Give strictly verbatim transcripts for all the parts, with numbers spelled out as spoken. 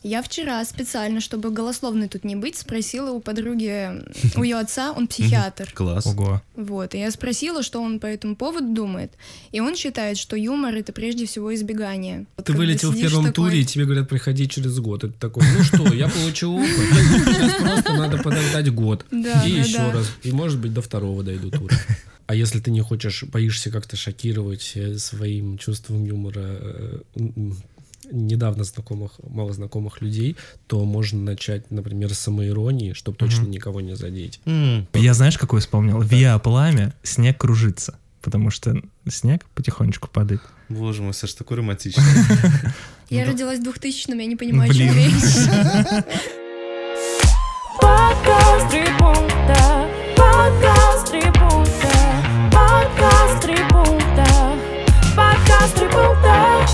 Я вчера специально, чтобы голословной тут не быть, спросила у подруги, у ее отца, он психиатр. Класс. Ого. Вот, и я спросила, что он по этому поводу думает. И он считает, что юмор — это прежде всего избегание. Вот Ты вылетел в первом такой... туре, и тебе говорят, приходи через год. Это такой, ну что, я получил опыт. Сейчас просто надо подождать год. Да, и да, еще да. раз. И, может быть, до второго дойду тура. А если ты не хочешь, боишься как-то шокировать своим чувством юмора недавно знакомых, мало знакомых людей, то можно начать, например, с самоиронии, чтобы точно mm-hmm. никого не задеть. Mm. Я знаешь, какой вспомнил? Да. Виа пламя, снег кружится, потому что снег потихонечку падает. Боже мой, Саш, такой романтичный. Я родилась в двухтысячном, я не понимаю, о чем речь. Подкаст три пункта, подкаст три пункта, подкаст три пункта, подкаст три пункта.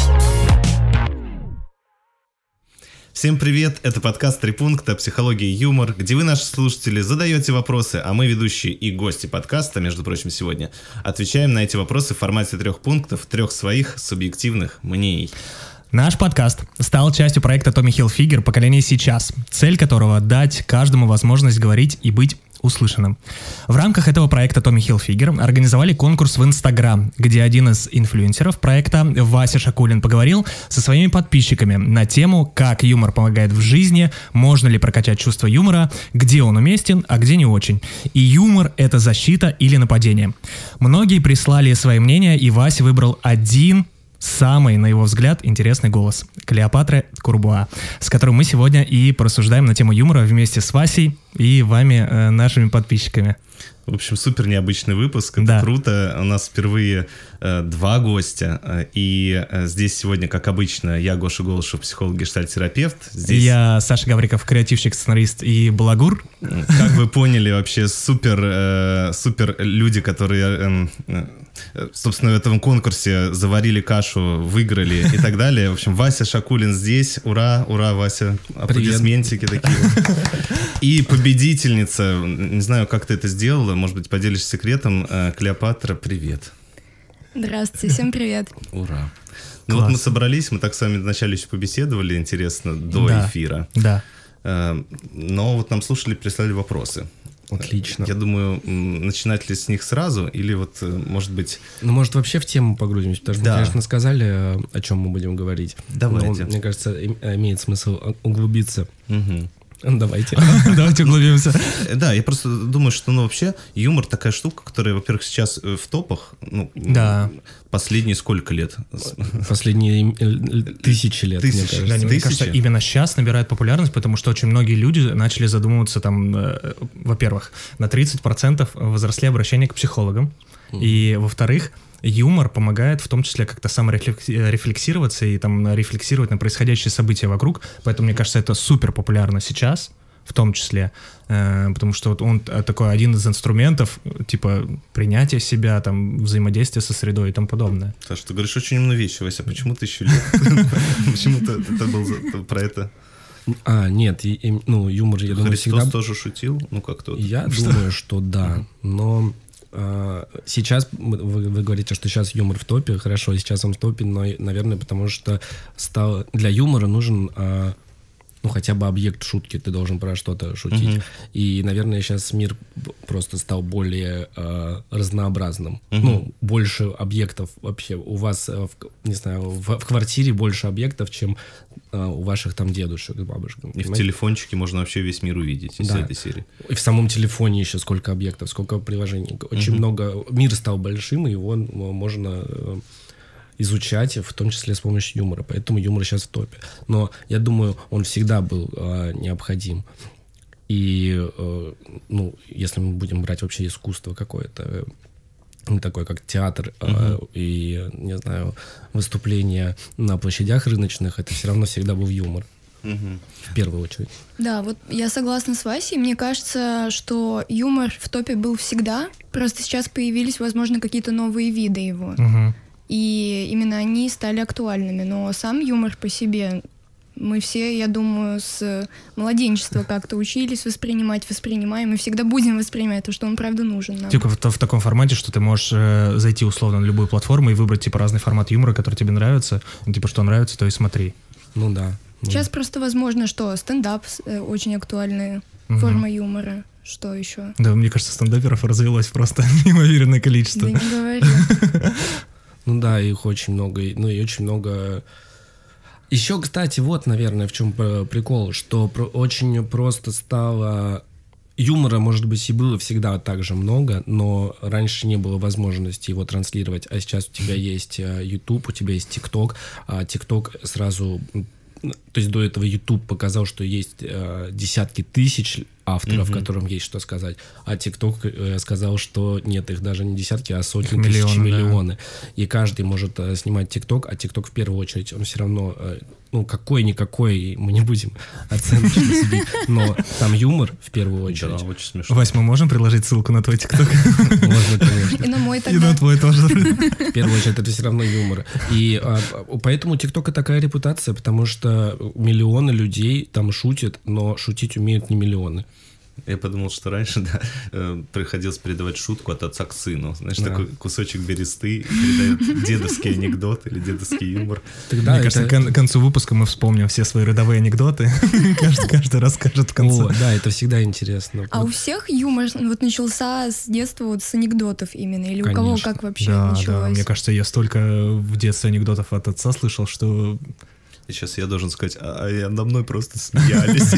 Всем привет, это подкаст «Три пункта. Психология и юмор», где вы, наши слушатели, задаете вопросы, а мы, ведущие и гости подкаста, между прочим, сегодня, отвечаем на эти вопросы в формате трех пунктов, трех своих субъективных мнений. Наш подкаст стал частью проекта Tommy Hilfiger «Поколение сейчас», цель которого — дать каждому возможность говорить и быть услышанным. В рамках этого проекта Tommy Hilfiger организовали конкурс в Инстаграм, где один из инфлюенсеров проекта, Вася Шакулин, поговорил со своими подписчиками на тему, как юмор помогает в жизни, можно ли прокачать чувство юмора, где он уместен, а где не очень. И юмор — это защита или нападение. Многие прислали свои мнения, и Вася выбрал один самый, на его взгляд, интересный голос — Клеопатры Курбуа, с которым мы сегодня и порассуждаем на тему юмора вместе с Васей и вами, э, нашими подписчиками. В общем, супер необычный выпуск, это да. круто. У нас впервые э, два гостя, э, и э, здесь сегодня, как обычно, я, Гоша Голышев, психолог, гештальт-терапевт. Здесь... Я, Саша Гавриков, креативщик, сценарист и балагур. Как вы поняли, вообще супер, э, супер люди, которые, э, э, собственно, в этом конкурсе заварили кашу, выиграли и так далее. В общем, Вася Шакулин здесь. Ура, ура, Вася. Аплодисментики такие. И победительница, не знаю, как ты это сделала, может быть, поделишься секретом. Клеопатра, привет. Здравствуйте, всем привет. Ура. Ну вот мы собрались, мы так с вами вначале еще побеседовали, интересно, до да, эфира. Да. Но вот нам слушали, прислали вопросы. Отлично. Я думаю, начинать ли с них сразу, или вот, может быть... Ну, может, вообще в тему погрузимся, потому что да. мы, конечно, сказали, о чем мы будем говорить. Давайте. Но, мне кажется, имеет смысл углубиться. Угу. Давайте. Давайте углубимся. Да, я просто думаю, что, ну, вообще, юмор такая штука, которая, во-первых, сейчас в топах. Ну, да. Последние сколько лет? Последние тысячи лет, Тысячи. мне кажется. Да, мне кажется, именно сейчас набирает популярность, потому что очень многие люди начали задумываться там, э, во-первых, на тридцать процентов возросли обращения к психологам, mm. и, во-вторых, юмор помогает в том числе как-то саморефлексироваться и там рефлексировать на происходящие события вокруг, поэтому, мне кажется, это супер популярно сейчас, в том числе, э, потому что вот он такой один из инструментов, типа принятия себя, там, взаимодействия со средой и тому подобное. Саша, ты говоришь очень умную вещь, Вася, почему ты еще лет? Почему ты был про это? А, нет, ну, юмор, я думаю, всегда... Христос тоже шутил? Ну, как тот? Я думаю, что да, но... Сейчас вы, вы говорите, что сейчас юмор в топе. Хорошо, сейчас он в топе, но, наверное, потому что стал, для юмора нужен ну, хотя бы объект шутки. Ты должен про что-то шутить. Uh-huh. И, наверное, сейчас мир просто стал более э, разнообразным. Uh-huh. Ну, больше объектов вообще. У вас, э, в, не знаю, в, в квартире больше объектов, чем э, у ваших там дедушек и бабушек. И понимаете? в телефончике можно вообще весь мир увидеть из да. этой серии. И в самом телефоне еще сколько объектов, сколько приложений. Очень uh-huh. много. Мир стал большим, и его можно... Э, изучать, в том числе с помощью юмора. Поэтому юмор сейчас в топе. Но я думаю, он всегда был э, необходим. И, э, ну, если мы будем брать вообще искусство какое-то, э, такое как театр э, uh-huh. и, не знаю, выступления на площадях рыночных, это все равно всегда был юмор. Uh-huh. В первую очередь. Да, вот я согласна с Васей. Мне кажется, что юмор в топе был всегда. Просто сейчас появились, возможно, какие-то новые виды его. Uh-huh. И именно они стали актуальными. Но сам юмор по себе, мы все, я думаю, с младенчества как-то учились воспринимать, воспринимаем, и всегда будем воспринимать то, что он правда нужен нам. Типа в, в таком формате, что ты можешь э, зайти условно на любую платформу и выбрать типа разный формат юмора, который тебе нравится. Ну, типа что нравится, то и смотри. Ну да. Сейчас просто возможно, что стендап э, очень актуальная Мгм. форма юмора. Что еще? Да, мне кажется, стендаперов развелось просто неимоверное количество. Да не говори. Ну да, их очень много, и- ну и очень много... Еще, кстати, вот, наверное, в чем прикол, что про- очень просто стало... Юмора, может быть, и было всегда так же много, но раньше не было возможности его транслировать, а сейчас у тебя есть э, YouTube, у тебя есть TikTok, а TikTok сразу... м, То есть до этого YouTube показал, что есть э, десятки тысяч авторов, Мгм. которым есть что сказать, а TikTok э, сказал, что нет, их даже не десятки, а сотни Их тысяч, миллионы, да. миллионы. И каждый может э, снимать TikTok, а TikTok в первую очередь, он все равно, э, ну, какой-никакой, мы не будем оценочно судить, но там юмор в первую Да, очередь. очень смешно. Вась, мы можем приложить ссылку на твой ТикТок? Можно, конечно. И на мой И тогда. на твой тоже. В первую очередь, это все равно юмор. И а, поэтому у ТикТока такая репутация, потому что миллионы людей там шутят, но шутить умеют не миллионы. Я подумал, что раньше, да, э, приходилось передавать шутку от отца к сыну. Знаешь, Да. такой кусочек бересты и передает дедовский анекдот или дедовский юмор. Тогда Мне кажется, это- к кон- к концу выпуска мы вспомним все свои родовые анекдоты. Каждый каждый расскажет в конце. О, да, это всегда интересно. А у Вот. всех юмор вот начался с детства, вот с анекдотов именно? Или у кого Конечно. как вообще Да, да, началось? мне кажется, я столько в детстве анекдотов от отца слышал, что И сейчас я должен сказать, а, а я надо мной просто смеялись.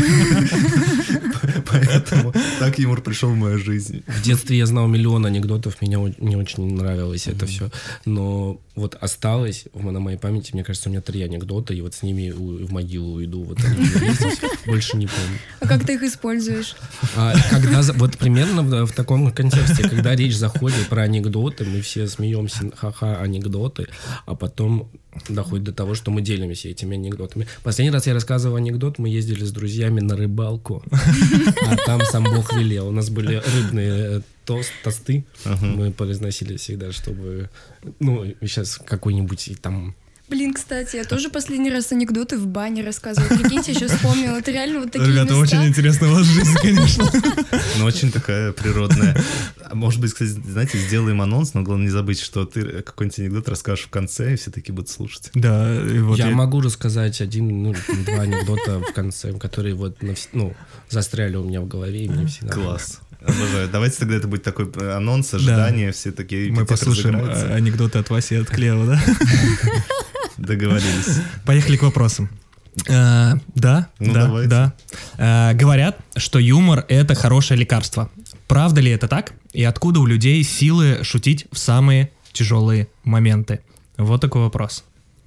Поэтому так юмор пришел в мою жизнь. В детстве я знал миллион анекдотов, меня о- мне очень нравилось это все. Но вот осталось в- на моей памяти, мне кажется, у меня три анекдота, и вот с ними у- в могилу уйду. Вот они у меня есть, больше не помню. А как ты их используешь? А когда, за- вот примерно в, в таком контексте, когда речь заходит про анекдоты, мы все смеемся, ха-ха, анекдоты, а потом доходит до того, что мы делимся этими анекдотами. Последний раз я рассказывал анекдот, мы ездили с друзьями на рыбалку, а там сам Бог велел. У нас были рыбные э, тост, тосты, мы произносили всегда, чтобы, ну, сейчас какой-нибудь и там... Блин, кстати, я тоже последний раз анекдоты в бане рассказывала. Прикиньте, сейчас вспомнила. Это реально вот такие ребята, места. очень интересна у вас жизнь, конечно. Но очень такая природная. А Может быть, кстати, знаете, сделаем анонс, но главное не забыть, что ты какой-нибудь анекдот расскажешь в конце, и все таки будут слушать. Да, и вот я, я- могу рассказать один, ну, два анекдота в конце, которые вот, навс- ну, застряли у меня в голове, и мне всегда... Класс. Обожаю. Давайте тогда это будет такой анонс, ожидание, все такие мы репетиторы послушаем разыграются. э, анекдоты от Васи и от Клева, да? Договорились. Поехали к вопросам. Э, Да, Ну, да, давайте. да. Э, Говорят, что юмор — это хорошее лекарство. Правда ли это так? И откуда у людей силы шутить в самые тяжелые моменты? Вот такой вопрос.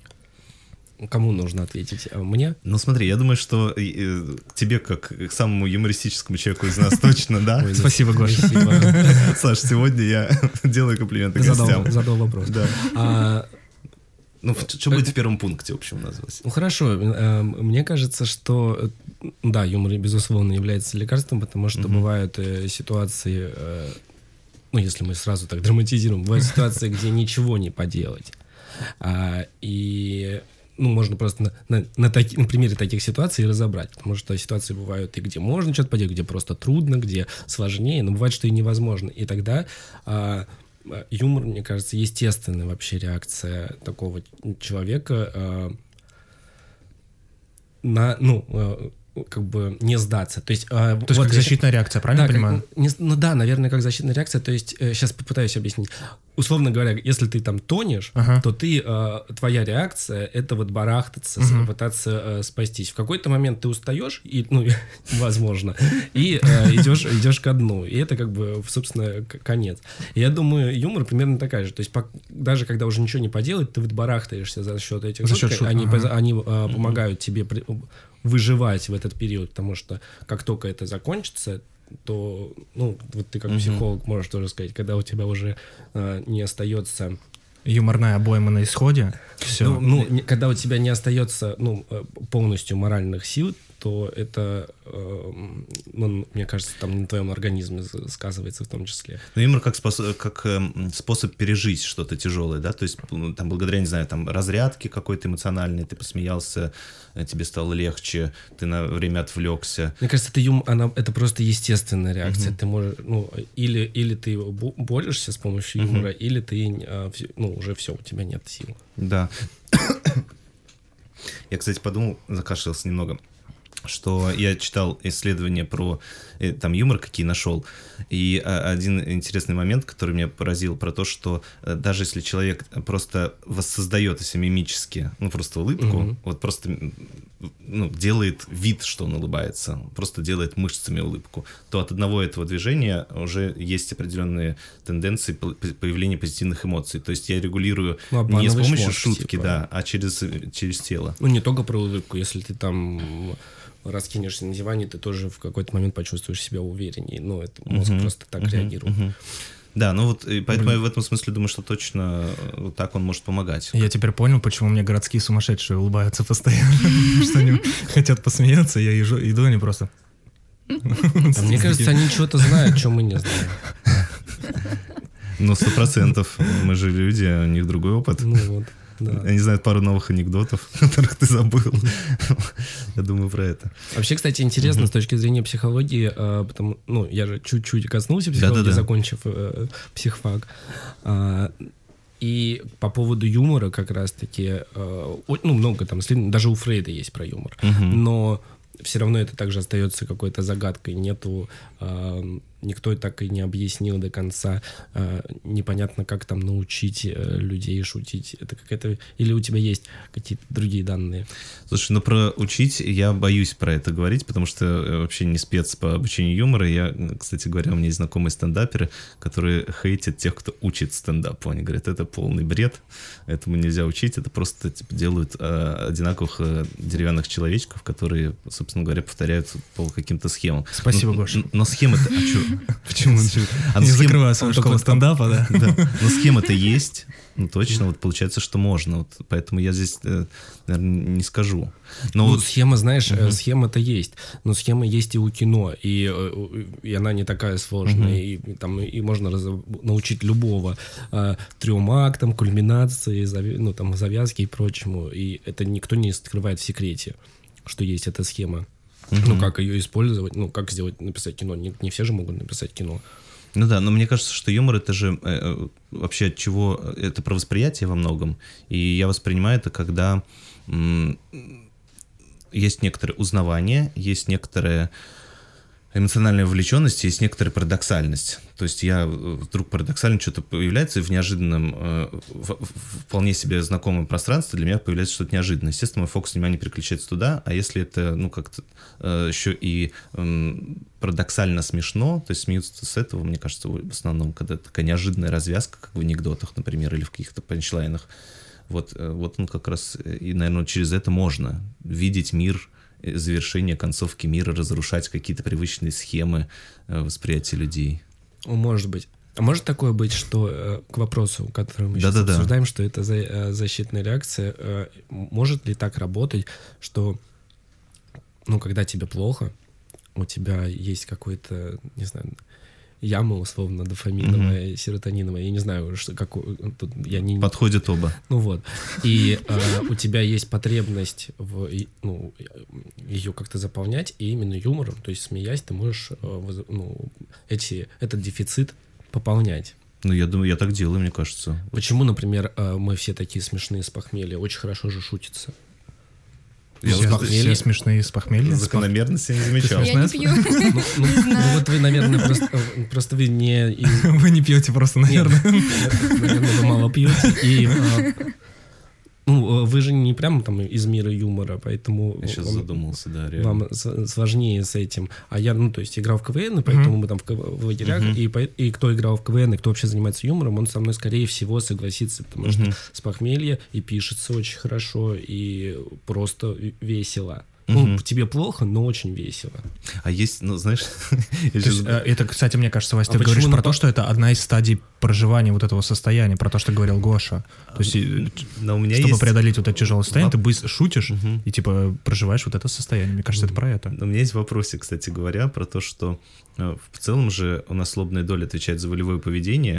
Кому нужно ответить? А Мне? Ну смотри, я думаю, что э, к тебе, как к самому юмористическому человеку из нас, точно, да? Ой, Спасибо, Гоша. Спасибо. Саш, сегодня я делаю комплименты Задал, гостям. задал вопрос. Да. А, Ну, что будет в первом пункте, в общем, у нас, Вася? ну хорошо, э, мне кажется, что э, да, юмор, безусловно, является лекарством, потому что Мгм. бывают э, ситуации, э, ну если мы сразу так драматизируем, бывают ситуации, где ничего не поделать. А, и ну, можно просто на, на, на, таки- на примере таких ситуаций разобрать, потому что ситуации бывают и где можно что-то поделать, где просто трудно, где сложнее, но бывает, что и невозможно. И тогда а, а, юмор, мне кажется, естественная вообще реакция такого человека а, на, ну, а, как бы не сдаться. То есть, а, То есть вот как я- защитная реакция, правильно да, я как- понимаю? не- ну да, наверное, как защитная реакция. То есть, сейчас попытаюсь объяснить. Условно говоря, если ты там тонешь, Ага. то ты, э, твоя реакция — это вот барахтаться, Мгм. пытаться э, спастись. В какой-то момент ты устаешь, и, ну, возможно, и э, идешь, идешь ко дну. И это как бы, собственно, к- конец. И я думаю, юмор примерно такая же. То есть, пок- даже когда уже ничего не поделать, ты вот барахтаешься за счет этих За счет шуток. шуток, Они, ага. поза- они э, помогают тебе при- выживать в этот период, потому что как только это закончится, то, ну, вот ты как Мгм. психолог можешь тоже сказать, когда у тебя уже э, не остается, Юморная обойма на исходе. Все. ну, ну, не- когда у тебя не остается, ну, э, полностью моральных сил, то это, э, ну, мне кажется, там на твоем организме з- сказывается в том числе. Ну, юмор как, способ, как эм, способ пережить что-то тяжелое, да, то есть ну, там благодаря, не знаю, там разрядке какой-то эмоциональной, ты посмеялся, э, тебе стало легче, ты на время отвлекся. Мне кажется, это, юм, она, это просто естественная реакция. Ты можешь, ну, или, или ты бо- борешься с помощью Мгм. юмора, или ты, э, всё- ну, уже все, у тебя нет сил. Да. Я, кстати, подумал, закашлялся немного, что я читал исследования про э, там юмор, какие нашел, и а, один интересный момент, который меня поразил, про то, что э, даже если человек просто воссоздает если мимически, ну просто улыбку, mm-hmm. вот просто ну, делает вид, что он улыбается, просто делает мышцами улыбку, то от одного этого движения уже есть определенные тенденции появления позитивных эмоций. То есть я регулирую ну, не с помощью шутки, типа. да, а через, через тело. Ну не только про улыбку, если ты там раскинешься на диване, ты тоже в какой-то момент почувствуешь себя увереннее. Ну, это мозг uh-huh, просто так uh-huh, реагирует. Uh-huh. Да, ну вот, и поэтому Блин. я в этом смысле думаю, что точно вот так он может помогать. Я теперь понял, почему мне городские сумасшедшие улыбаются постоянно, что они хотят посмеяться, я иду, они просто... Мне кажется, они чего-то знают, что мы не знаем. Ну, сто процентов. Мы же люди, у них другой опыт. Ну вот. Да. Они знают пару новых анекдотов, которых ты забыл. Я думаю про это. Вообще, кстати, интересно uh-huh. с точки зрения психологии, э, потому, ну, я же чуть-чуть коснулся психологии, Да-да-да. закончив э, психфак. Э, и по поводу юмора как раз-таки, э, ну, много там, даже у Фрейда есть про юмор, uh-huh. но все равно это также остается какой-то загадкой. Нету, э, никто так и не объяснил до конца. Э, непонятно, как там научить э, людей шутить. Это какая-то... Или у тебя есть какие-то другие данные? Слушай, ну про учить я боюсь про это говорить, потому что я вообще не спец по обучению юмора. Я, кстати говоря, у меня есть знакомые стендаперы, которые хейтят тех, кто учит стендапу. Они говорят, это полный бред, этому нельзя учить. Это просто типа, делают э, одинаковых э, деревянных человечков, которые, собственно говоря, повторяют по каким-то схемам. Спасибо, но, Гоша. Но, но схема-то... А чё? Почему? А не схем... закрываю свою школу стендапа, да? да? Но схема-то есть. Ну, точно, вот получается, что можно. Вот, поэтому я здесь, наверное, не скажу. Но ну, вот... схема, знаешь, uh-huh. схема-то есть. Но схема есть и у кино. И, и она не такая сложная. Uh-huh. И, там, и можно раз... научить любого а, трем актам, кульминации, зав... ну, там, завязки и прочему. И это никто не скрывает в секрете, что есть эта схема. Uh-huh. Ну, как ее использовать, ну, как сделать, написать кино. Не, не все же могут написать кино. Ну да, но мне кажется, что юмор это же э, вообще от чего... Это про восприятие во многом. И я воспринимаю это, когда м- есть некоторое узнавание, есть некоторая эмоциональная вовлеченность, есть некоторая парадоксальность. То есть я вдруг парадоксально что-то появляется, и в неожиданном, э, в, в вполне себе знакомом пространстве для меня появляется что-то неожиданное. Естественно, мой фокус внимания переключается туда, а если это, ну, как-то э, еще и э, парадоксально смешно, то есть смеются с этого, мне кажется, в основном, когда такая неожиданная развязка, как в анекдотах, например, или в каких-то панчлайнах. Вот, вот он как раз, и, наверное, через это можно видеть мир, завершение концовки мира, разрушать какие-то привычные схемы восприятия людей. Может быть. А может такое быть, что к вопросу, который мы сейчас Да-да-да. обсуждаем, что это защитная реакция, может ли так работать, что, ну, когда тебе плохо, у тебя есть какой-то, не знаю, яма, условно, дофаминовая, mm-hmm. серотониновая, я не знаю, что, как, тут я не... Подходят оба. Ну вот. И э, у тебя есть потребность в, ну, ее как-то заполнять, и именно юмором, то есть смеясь, ты можешь э, ну, эти, этот дефицит пополнять. Ну, я думаю, я так делаю, мне кажется. Почему, например, э, мы все такие смешные с похмелья? Очень хорошо же шутится. Все, все смешные с похмелья. Закономерности не замечал. Я не пью. Ну, ну, ну вот вы, наверное, просто, просто вы не... Вы не пьете просто, наверное. Нет, наверное, вы мало пьете. И ну, вы же не прям там из мира юмора, поэтому... Я сейчас вам, задумался, да, реально. Вам с, сложнее с этим. А я, ну, то есть, играл в КВН, и поэтому mm-hmm. мы там в, в лагерях, mm-hmm. и, и кто играл в КВН, и кто вообще занимается юмором, он со мной, скорее всего, согласится, потому mm-hmm. что с похмелья и пишется очень хорошо, и просто весело. Ну, угу. тебе плохо, но очень весело. А есть, ну, знаешь... То есть, это, кстати, мне кажется, Вася, а ты говоришь про то, что это одна из стадий проживания вот этого состояния, про то, что говорил Гоша. То есть, но у меня чтобы есть... преодолеть вот это тяжелое состояние, ты быстро шутишь угу. и, типа, проживаешь вот это состояние. Мне кажется, угу. это про это. Но у меня есть вопросы, кстати говоря, про то, что в целом же у нас лобная доля отвечает за волевое поведение,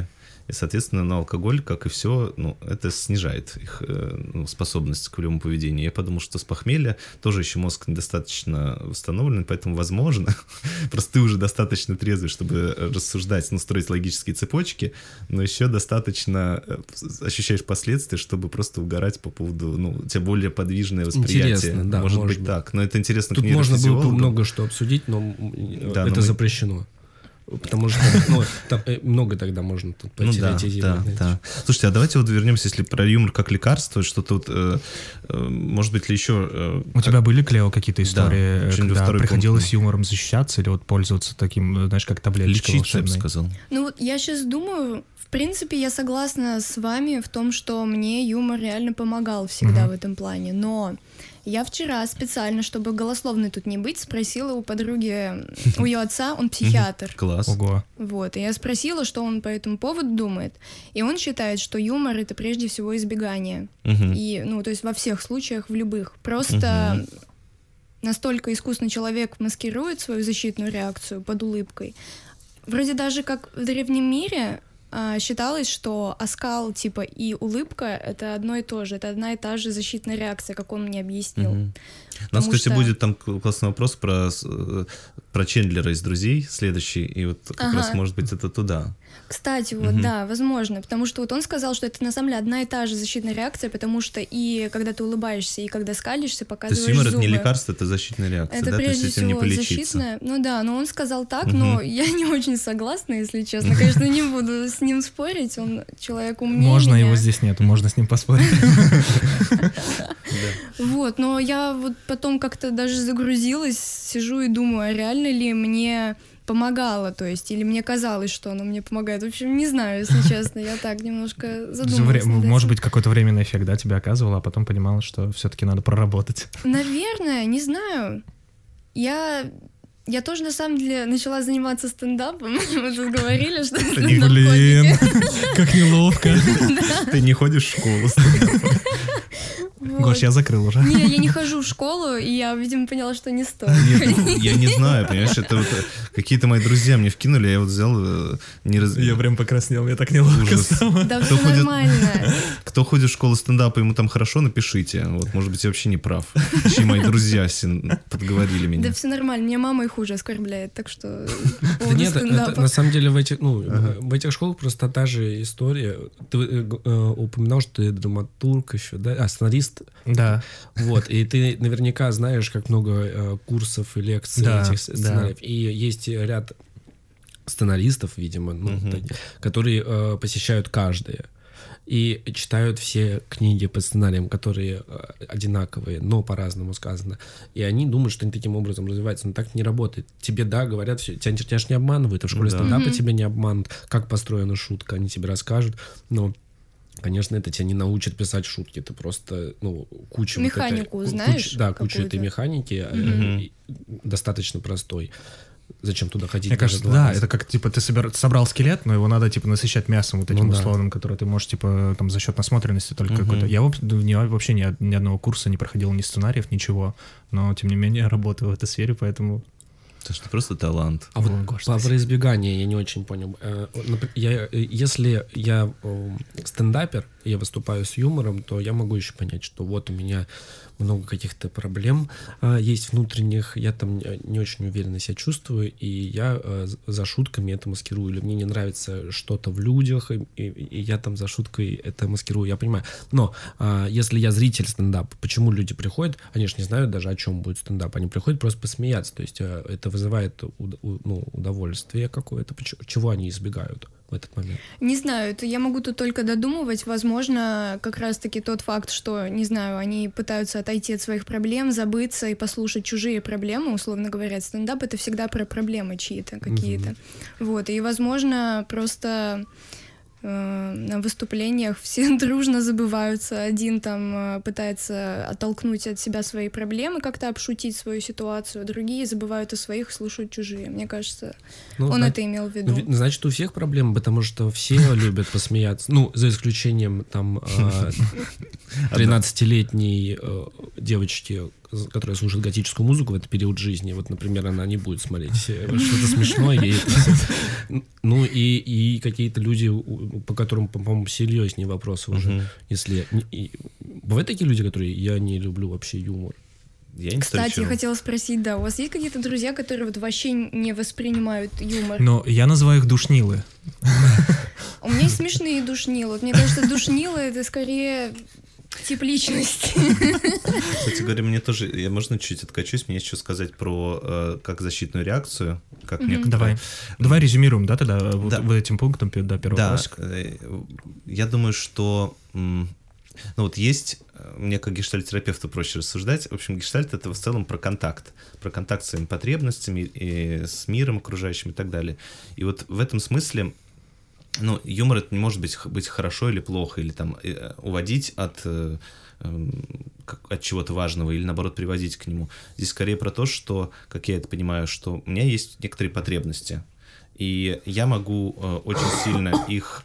И, соответственно, на алкоголь, как и все, ну, это снижает их э, ну, способность к волевому поведению. Я подумал, что с похмелья тоже еще мозг недостаточно восстановлен, поэтому, возможно, просто ты уже достаточно трезвый, чтобы рассуждать, ну, строить логические цепочки, но еще достаточно ощущаешь последствия, чтобы просто угорать по поводу, ну, у тебя более подвижное восприятие. Интересно, да, может, может быть, быть так. Но это интересно Тут к можно было бы нейрофизиологам. много что обсудить, но Да, это но мы- запрещено. Потому что ну, там, э, много тогда можно тут Ну да, потеоретизировать, да, знаете. да. Слушайте, а давайте вот вернемся, если про юмор как лекарство, что-то вот, э, э, может быть ли еще... э, У тебя были, Клео, какие-то истории, Да, что-нибудь во когда второй приходилось пункт. юмором защищаться или вот пользоваться таким, знаешь, как таблеточкой лечиться, я бы волшебной? сказал. Ну вот я сейчас думаю, в принципе, я согласна с вами в том, что мне юмор реально помогал всегда Мгм. в этом плане, но я вчера специально, чтобы голословной тут не быть, спросила у подруги, у ее отца, он психиатр, Класс. Ого. вот, и я спросила, что он по этому поводу думает, и он считает, что юмор — это прежде всего избегание, Мгм. и, ну, то есть во всех случаях, в любых, просто настолько искусно человек маскирует свою защитную реакцию под улыбкой. Вроде даже как в древнем мире а, считалось, что оскал типа и улыбка — это одно и то же, это одна и та же защитная реакция, как он мне объяснил. Мгм. У нас, Потому кстати, что- будет там классный вопрос про, с- э, про Чендлера из «Друзей» следующий, и вот как Ага. раз, может быть, это туда. Кстати, вот, Мгм. да, возможно, потому что вот он сказал, что это на самом деле одна и та же защитная реакция, потому что и когда ты улыбаешься, и когда скалишься, То есть показываешь юмор — это зубы. не лекарство, это защитная реакция, Это да? То есть прежде этим не всего полечиться. защитная. Ну да, но он сказал так, Мгм. но я не очень согласна, если честно. Конечно, не буду с ним спорить, он человек умнее Можно, меня. его здесь нету, можно с ним поспорить. Вот, но я вот потом как-то даже загрузилась, сижу и думаю, а реально ли мне помогало, то есть, или мне казалось, что оно мне помогает. В общем, не знаю, если честно, я так немножко задумалась. над этим. Может быть, какой-то временный эффект, да, тебя оказывало, а потом понимала, что все-таки надо проработать. Наверное, не знаю. Я... Я тоже, на самом деле, начала заниматься стендапом. Мы тут говорили, что стендап Блин, как неловко. Ты не ходишь в школу. Гош, я закрыл уже. Не, я не хожу в школу, и я, видимо, поняла, что не стоит. Нет, я не знаю, понимаешь, это вот э, какие-то мои друзья мне вкинули, я вот взял, э, не раз... Я прям покраснел, мне так неловко Ужас. стало. Да Кто все ходит- нормально. Кто ходит в школу стендапа, ему там хорошо, напишите. Вот, может быть, я вообще не прав. Точнее, мои друзья все подговорили Да меня. все нормально, меня мама и хуже оскорбляет, так что по Да поводу нет, это, стендапа. на самом деле в этих, ну, в этих школах просто та же история. Ты э, г- э, упоминал, что ты драматург еще, да? А, сценарист. Да. Вот, и ты наверняка знаешь, как много э, курсов и лекций Да, этих да. сценариев. И есть ряд сценаристов, видимо, ну, Мгм. таки- которые э, посещают каждое. И читают все книги по сценариям, которые э, одинаковые, но по-разному сказано. И они думают, что они таким образом развиваются. Но так не работает. Тебе, да, говорят, все, тебя, тебя же не обманывают, а в школе Да. стендапа Мгм. тебя не обманут. Как построена шутка, они тебе расскажут. Но, конечно, это тебя не научит писать шутки. Ты просто, ну, кучу... вот этой- Механику ку- знаешь куч- да, кучу какую-то? этой механики, э, Мгм. и достаточно простой. Зачем туда ходить? Мне даже кажется, два да, раза? это как, типа, ты собер- собрал скелет, но его надо, типа, насыщать мясом вот этим Ну да. условным, которое ты можешь, типа, там, за счет насмотренности только Мгм. какой-то. Я воп- ну, не- вообще ни, од- ни одного курса не проходил, ни сценариев, ничего, но, тем не менее, работаю в этой сфере, поэтому... Это что, просто талант. А вот О, Гош, по- спасибо. про избегание я не очень понял. Э, напр- Я, э, если я э, стендапер, и я выступаю с юмором, то я могу еще понять, что вот у меня много каких-то проблем э, есть внутренних, я там не не очень уверенно себя чувствую, и я э, з- за шутками это маскирую. Или мне не нравится что-то в людях, и, и- и я там за шуткой это маскирую, я понимаю. Но э, если я зритель стендапа, почему люди приходят, они же не знают даже, о чем будет стендап, они приходят просто посмеяться, то есть э, это вызывает уд- у- ну, удовольствие какое-то, Поч- чего они избегают в этот момент. Не знаю, это я могу тут только додумывать. Возможно, как раз-таки тот факт, что, не знаю, они пытаются отойти от своих проблем, забыться и послушать чужие проблемы, условно говоря. Стендап — это всегда про проблемы чьи-то, какие-то. Вот, и, возможно, просто э, на выступлениях все дружно забываются. Один там э, пытается оттолкнуть от себя свои проблемы, как-то обшутить свою ситуацию, другие забывают о своих, слушают чужие. Мне кажется, Ну, он зна- это имел в ну, виду. ви- значит, у всех проблемы, потому что все любят посмеяться. Ну, за исключением там э, тринадцатилетней э, девочки, которая слушает готическую музыку в этот период жизни, вот, например, она не будет смотреть что-то смешное. Ей это... Ну, и, и какие-то люди, по которым, по-моему, серьезнее вопросы уже. Uh-huh. Если... И... Бывают такие люди, которые я не люблю вообще юмор. Я не Кстати, встречал. я хотела спросить, да, у вас есть какие-то друзья, которые вот вообще не воспринимают юмор? Но я называю их душнилы. У меня есть смешные душнилы. Вот мне кажется, душнилы — это скорее тип личности. Кстати говоря, мне тоже, я можно чуть откачусь, мне есть что сказать про э, как защитную реакцию, как mm-hmm. некоторые... Давай, давай резюмируем, да, тогда вот, да. вот этим пунктом до первого да, классика. Я думаю, что... М- Ну вот есть, мне как гештальт-терапевту проще рассуждать, в общем, гештальт — это в целом про контакт, про контакт с своими потребностями, и с миром окружающим и так далее. И вот в этом смысле, ну, юмор — это не может быть, быть хорошо или плохо, или там уводить от, от чего-то важного, или наоборот приводить к нему. Здесь скорее про то, что, как я это понимаю, что у меня есть некоторые потребности, и я могу очень сильно их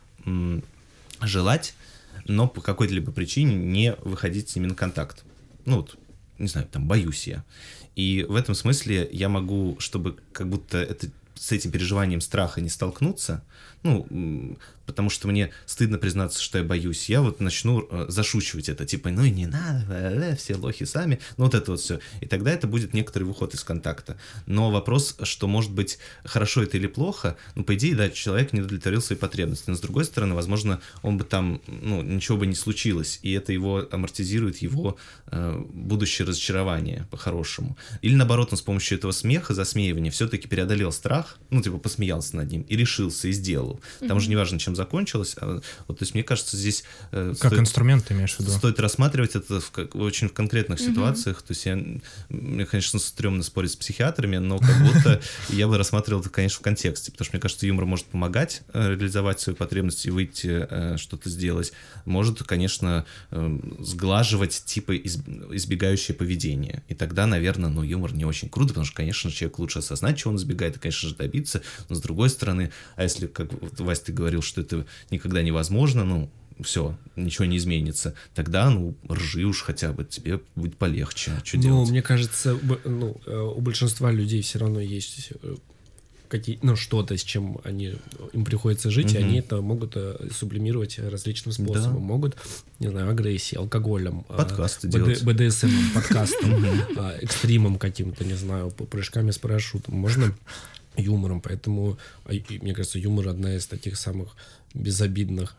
желать, но по какой-то либо причине не выходить с ними на контакт. Ну вот, не знаю, там, боюсь я. И в этом смысле я могу, чтобы как будто это, с этим переживанием страха не столкнуться, ну, потому что мне стыдно признаться, что я боюсь, я вот начну зашучивать это, типа, ну и не надо, все лохи сами, ну вот это вот все. И тогда это будет некоторый выход из контакта. Но вопрос, что может быть хорошо это или плохо, ну, по идее, да, человек не удовлетворил свои потребности, но с другой стороны, возможно, он бы там, ну, ничего бы не случилось, и это его амортизирует его э, будущее разочарование по-хорошему. Или наоборот, он с помощью этого смеха, засмеивания все-таки преодолел страх, ну, типа, посмеялся над ним и решился, и сделал. Там mm-hmm. уже не важно, чем закончилось. А, вот, то есть, мне кажется, здесь... Э, как стоит, инструмент ты имеешь в виду? Стоит рассматривать это в, как, очень в конкретных mm-hmm. ситуациях. То есть, я, мне, конечно, стрёмно спорить с психиатрами, но как будто я бы рассматривал это, конечно, в контексте. Потому что, мне кажется, юмор может помогать э, реализовать свои потребности, выйти, э, что-то сделать. Может, конечно, э, сглаживать типа из, избегающее поведение. И тогда, наверное, ну, юмор не очень круто, потому что, конечно, человек лучше осознать, чего он избегает, и, конечно же, добиться. Но, с другой стороны, а если, как Вась, ты говорил, что это никогда невозможно, ну, все, ничего не изменится, тогда, ну, ржи уж хотя бы, тебе будет полегче. Что ну, делать? Мне кажется, ну, у большинства людей все равно есть какие, ну, что-то, с чем они, им приходится жить, mm-hmm. и они это могут сублимировать различным способом. Да. Могут, не знаю, агрессией, алкоголем, подкасты БД, делать. бэ дэ эс эм, подкастом, экстримом каким-то, не знаю, прыжками с парашютом. Можно юмором, поэтому, мне кажется, юмор одна из таких самых безобидных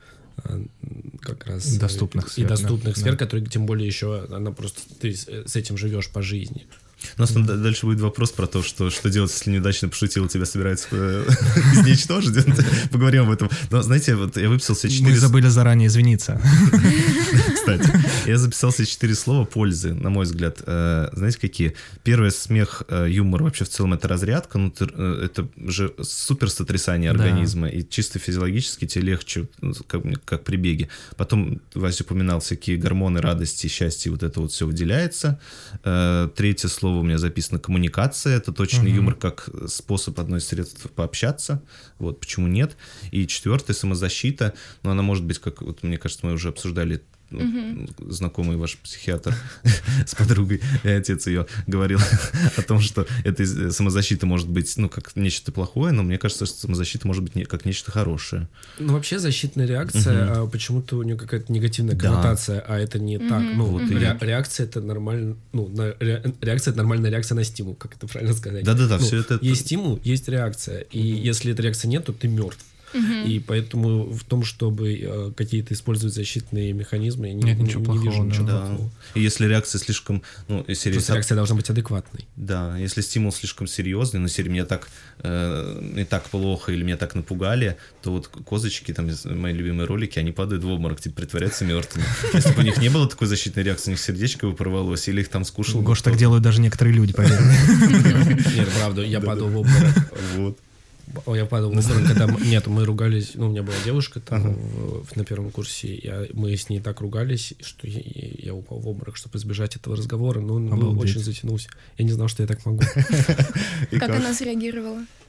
как раз доступных и сфер, доступных да, сфер, да. которые тем более еще она просто ты с этим живешь по жизни. У нас mm-hmm. дальше будет вопрос про то, что, что делать, если неудачно пошутил, тебя собираются изничтожить. Поговорим об этом. Но, знаете, вот я выписал себе четыре... Мы забыли заранее извиниться. Кстати, я записал себе четыре слова пользы, на мой взгляд. Знаете, какие? Первое — смех, юмор. Вообще, в целом, это разрядка. Ну, это же супер сотрясание организма. И чисто физиологически тебе легче, как, как при беге. Потом, Вася упоминал, всякие гормоны радости, счастья, вот это вот все выделяется. Третье слово у меня записано — коммуникация. Это точный uh-huh. юмор как способ, одно из средств пообщаться. Вот, почему нет? И четвертое — самозащита. Но она может быть, как, вот, мне кажется, мы уже обсуждали, Uh-huh. знакомый ваш психиатр с подругой, и отец ее говорил о том, что эта самозащита может быть, ну, как нечто плохое, но мне кажется, что самозащита может быть не, как нечто хорошее. Ну, вообще защитная реакция, uh-huh. а почему-то у нее какая-то негативная коннотация, да. а это не uh-huh. так. Ну, вот uh-huh. ре- реакция — это нормально, ну, на, ре- реакция — это нормальная реакция на стимул, как это правильно сказать. Да-да-да, ну, все это... Есть стимул, есть реакция, и uh-huh. если этой реакции нет, то ты мертв. Uh-huh. И поэтому в том, чтобы э, какие-то использовать защитные механизмы, я не, нет не, ничего не плохого, вижу ничего да. плохого. И если реакция слишком... Ну, серия... Просто реакция должна быть адекватной. Да, если стимул слишком серьезный, ну, серия «мне так, э, и так плохо» или «меня так напугали», то вот козочки, там, мои любимые ролики, они падают в обморок, типа притворяются мертвыми. Если бы у них не было такой защитной реакции, у них сердечко бы порвалось, или их там скушал... Гош, так делают даже некоторые люди, поверь. Нет, правда, я падал в обморок. Вот. Я падал в обморок, когда... Нет, мы ругались, ну, у меня была девушка там в, на первом курсе, я, мы с ней так ругались, что я, я упал в обморок, чтобы избежать этого разговора, но он был, очень затянулся. Я не знал, что я так могу. Как она среагировала?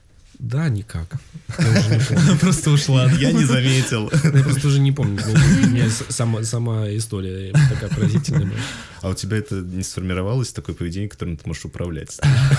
Да, никак. Я уже не помню. Просто ушла. Я не заметил. Я просто уже не помню. У меня сама, сама история такая поразительная была. А у тебя это не сформировалось, такое поведение, которым ты можешь управлять?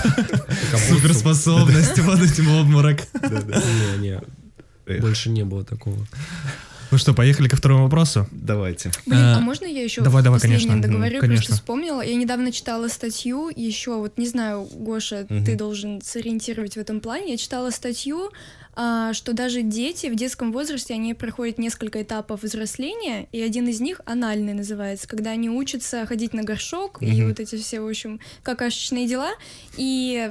Суперспособность, падать в обморок. Не, не, больше не было такого. Ну что, поехали ко второму вопросу? Давайте. Блин, а можно я еще Давай, давай, последнее конечно. договорю? Конечно. Просто вспомнила. Я недавно читала статью еще, вот не знаю, Гоша, Мгм. ты должен сориентировать в этом плане. Я читала статью, а, что даже дети в детском возрасте, они проходят несколько этапов взросления, и один из них анальный называется, когда они учатся ходить на горшок и Мгм. вот эти все, в общем, какашечные дела. И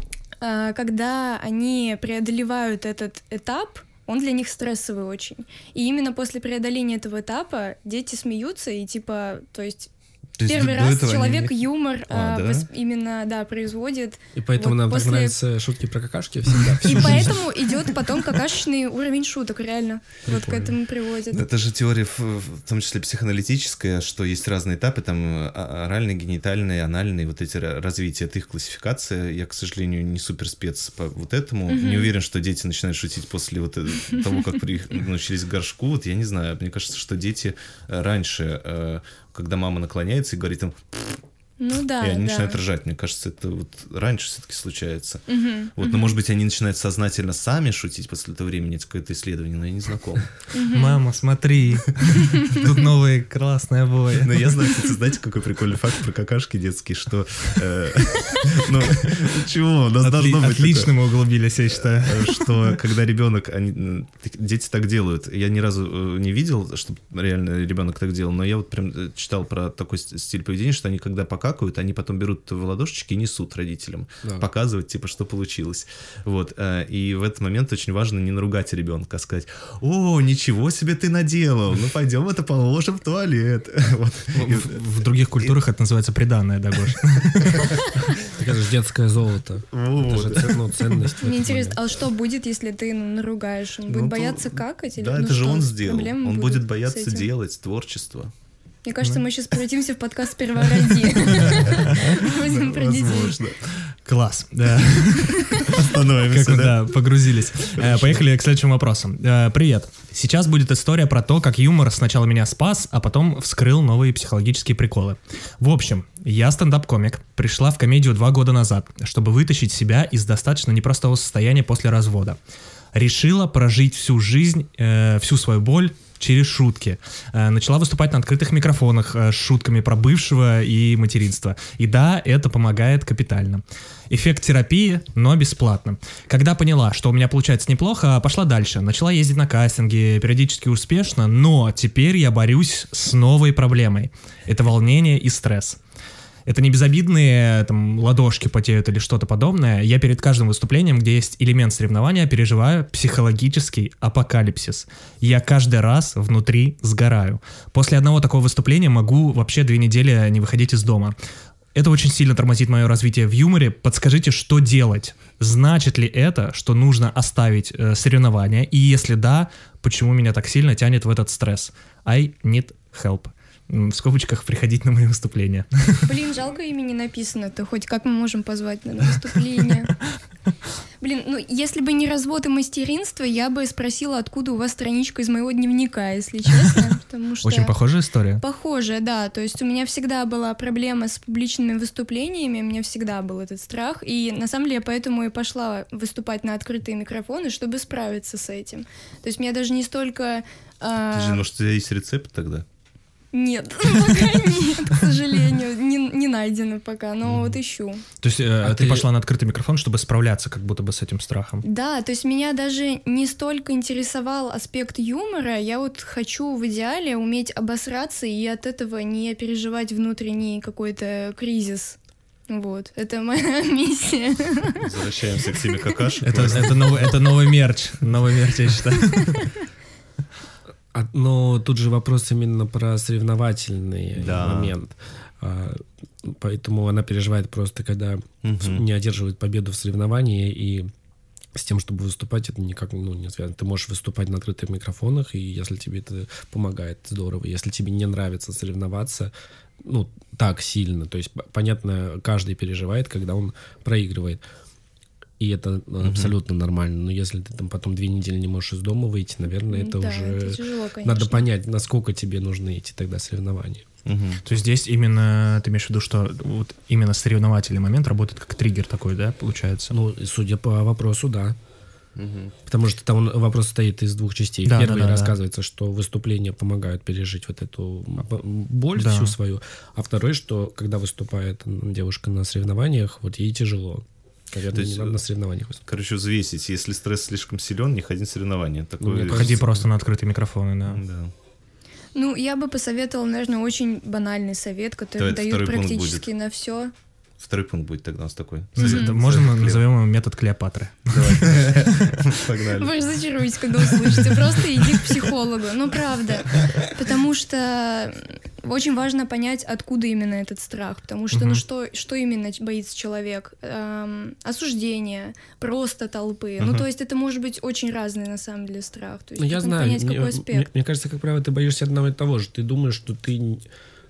а, когда они преодолевают этот этап, он для них стрессовый очень. И именно после преодоления этого этапа дети смеются, и типа, то есть То есть первый до- до раз этого они человек не- юмор А, а, да? восп- именно, да, производит. И поэтому Вот нам так после- нравятся шутки про какашки всегда. И поэтому идет потом какашечный уровень шуток, реально. Вот к Прикольно. этому приводит. Это же теория, в, в том числе психоаналитическая, что есть разные этапы, там а- оральный, генитальный, анальный, вот эти ра- развития, это их классификация. Я, к сожалению, не супер спец по вот этому. Мгм. Не уверен, что дети начинают шутить после вот э- того, как при- научились к горшку. Вот я не знаю. Мне кажется, что дети э, раньше, э, когда мама наклоняется и говорит им, Ну да, и они да. начинают ржать. Мне кажется, это вот раньше все-таки случается. Мгм, Вот, но, может быть, они начинают сознательно сами шутить после этого времени. Это какое-то исследование, но я не знаком. Мама, смотри, тут новые красные обои. Но я знаю, кстати, знаете, какой прикольный факт про какашки детские, что... э, Ну, чего? У нас Отли- должно быть Отлично мы углубились, я считаю. такое, что когда ребенок, они, м, так- дети так делают. Я ни разу э, не видел, чтобы реально ребенок так делал, но я вот прям э, читал про такой с- стиль поведения, что они когда покакают, они потом берут в ладошечки и несут родителям, Да. показывать, типа, что получилось. Вот. э, И в этот момент очень важно не наругать ребенка, а сказать: «О, ничего себе ты наделал, ну пойдем это положим в туалет». Вот. И- В в других культурах это называется приданное, да, Гош? Это же детское золото. Вот. Это же ц- ну, ценность. в Мне этом интересно, моменте. а что будет, если ты ну, наругаешь? Он Ну, будет то- бояться какать? Или, Да, ну, это же что, он сделал. проблемы Он будут будет с бояться этим? делать творчество. Мне кажется, мы сейчас превратимся в подкаст «Сперва роди». Будем про детей. Возможно. Класс. Да. Остановимся, Как мы, да? да, погрузились. Э, Поехали к следующему вопросу. Э, Привет. Сейчас будет история про то, как юмор сначала меня спас, а потом вскрыл новые психологические приколы. В общем, я стендап-комик, пришла в комедию два года назад, чтобы вытащить себя из достаточно непростого состояния после развода. Решила прожить всю жизнь, э, всю свою боль через шутки. Э, начала выступать на открытых микрофонах э, с шутками про бывшего и материнство. И да, это помогает капитально. Эффект терапии, но бесплатно. Когда поняла, что у меня получается неплохо, пошла дальше. Начала ездить на кастинги, периодически успешно, но теперь я борюсь с новой проблемой. Это волнение и стресс. Это не безобидные там ладошки потеют или что-то подобное. Я перед каждым выступлением, где есть элемент соревнования, переживаю психологический апокалипсис. Я каждый раз внутри сгораю. После одного такого выступления могу вообще две недели не выходить из дома. Это очень сильно тормозит мое развитие в юморе. Подскажите, что делать? Значит ли это, что нужно оставить э, соревнования? И если да, почему меня так сильно тянет в этот стресс? I need help. М, В скобочках приходить на мои выступления. Блин, жалко, имя не написано. То хоть как мы можем позвать на выступление? Блин, ну если бы не развод и мастеринство, я бы спросила, откуда у вас страничка из моего дневника, если честно. Потому что... Очень похожая история. Похоже, да. То есть у меня всегда была проблема с публичными выступлениями, у меня всегда был этот страх. И на самом деле я поэтому и пошла выступать на открытые микрофоны, чтобы справиться с этим. То есть меня даже не столько... а, Подожди, может, у тебя есть рецепт тогда? Нет, пока нет, к сожалению. Не, не найдено пока, но вот ищу. То есть э, А ты ты- пошла на открытый микрофон, чтобы справляться как будто бы с этим страхом. Да, то есть меня даже не столько интересовал аспект юмора, я вот хочу в идеале уметь обосраться и от этого не переживать внутренний какой-то кризис. Вот, это моя миссия. Возвращаемся к теме какашек. Это, это, новый, это новый мерч. Новый мерч, я считаю. А, но тут же вопрос именно про соревновательный Да. момент. А, поэтому она переживает просто, когда Мгм. не одерживает победу в соревновании, и с тем, чтобы выступать, это никак ну, не связано. Ты можешь выступать на открытых микрофонах, и если тебе это помогает, здорово. Если тебе не нравится соревноваться, ну, так сильно, то есть, п- понятно, каждый переживает, когда он проигрывает. и это Мгм. абсолютно нормально. Но если ты там потом две недели не можешь из дома выйти, наверное, это Да, уже... это тяжело, конечно. Надо понять, насколько тебе нужны эти тогда соревнования. Мгм. То есть здесь именно, ты имеешь в виду, что вот именно соревновательный момент работает как триггер такой, да, получается? Ну, и судя по вопросу, да. Мгм. Потому что там он- вопрос стоит из двух частей. Да, Первый да, да, рассказывается, что выступления помогают пережить вот эту б- боль Да. всю свою, а второй, что когда выступает девушка на соревнованиях, вот ей тяжело. Наверное, То есть, не надо на соревнованиях выступать. Короче, взвесить. Если стресс слишком силен, не ходи на соревнования. Такое... мне Ходи кажется, просто на открытые микрофоны, да. Да. Ну, я бы посоветовала, наверное, очень банальный совет, который Давай, это дают второй пункт практически на все. Второй пункт будет тогда у нас такой. Это Можно мы назовем его метод Клеопатры? Погнали. Вы разочаруетесь, когда услышите. Просто иди к психологу. Ну, правда. Потому что очень важно понять, откуда именно этот страх. Потому что, Мгм. ну, что, что именно боится человек? Эм, осуждения, просто толпы. Ну, Мгм. то есть это может быть очень разный, на самом деле, страх. То есть Ну, я нужно знаю, понять, мне, какой мне- аспект. мне кажется, как правило, ты боишься одного и того же. Ты думаешь, что ты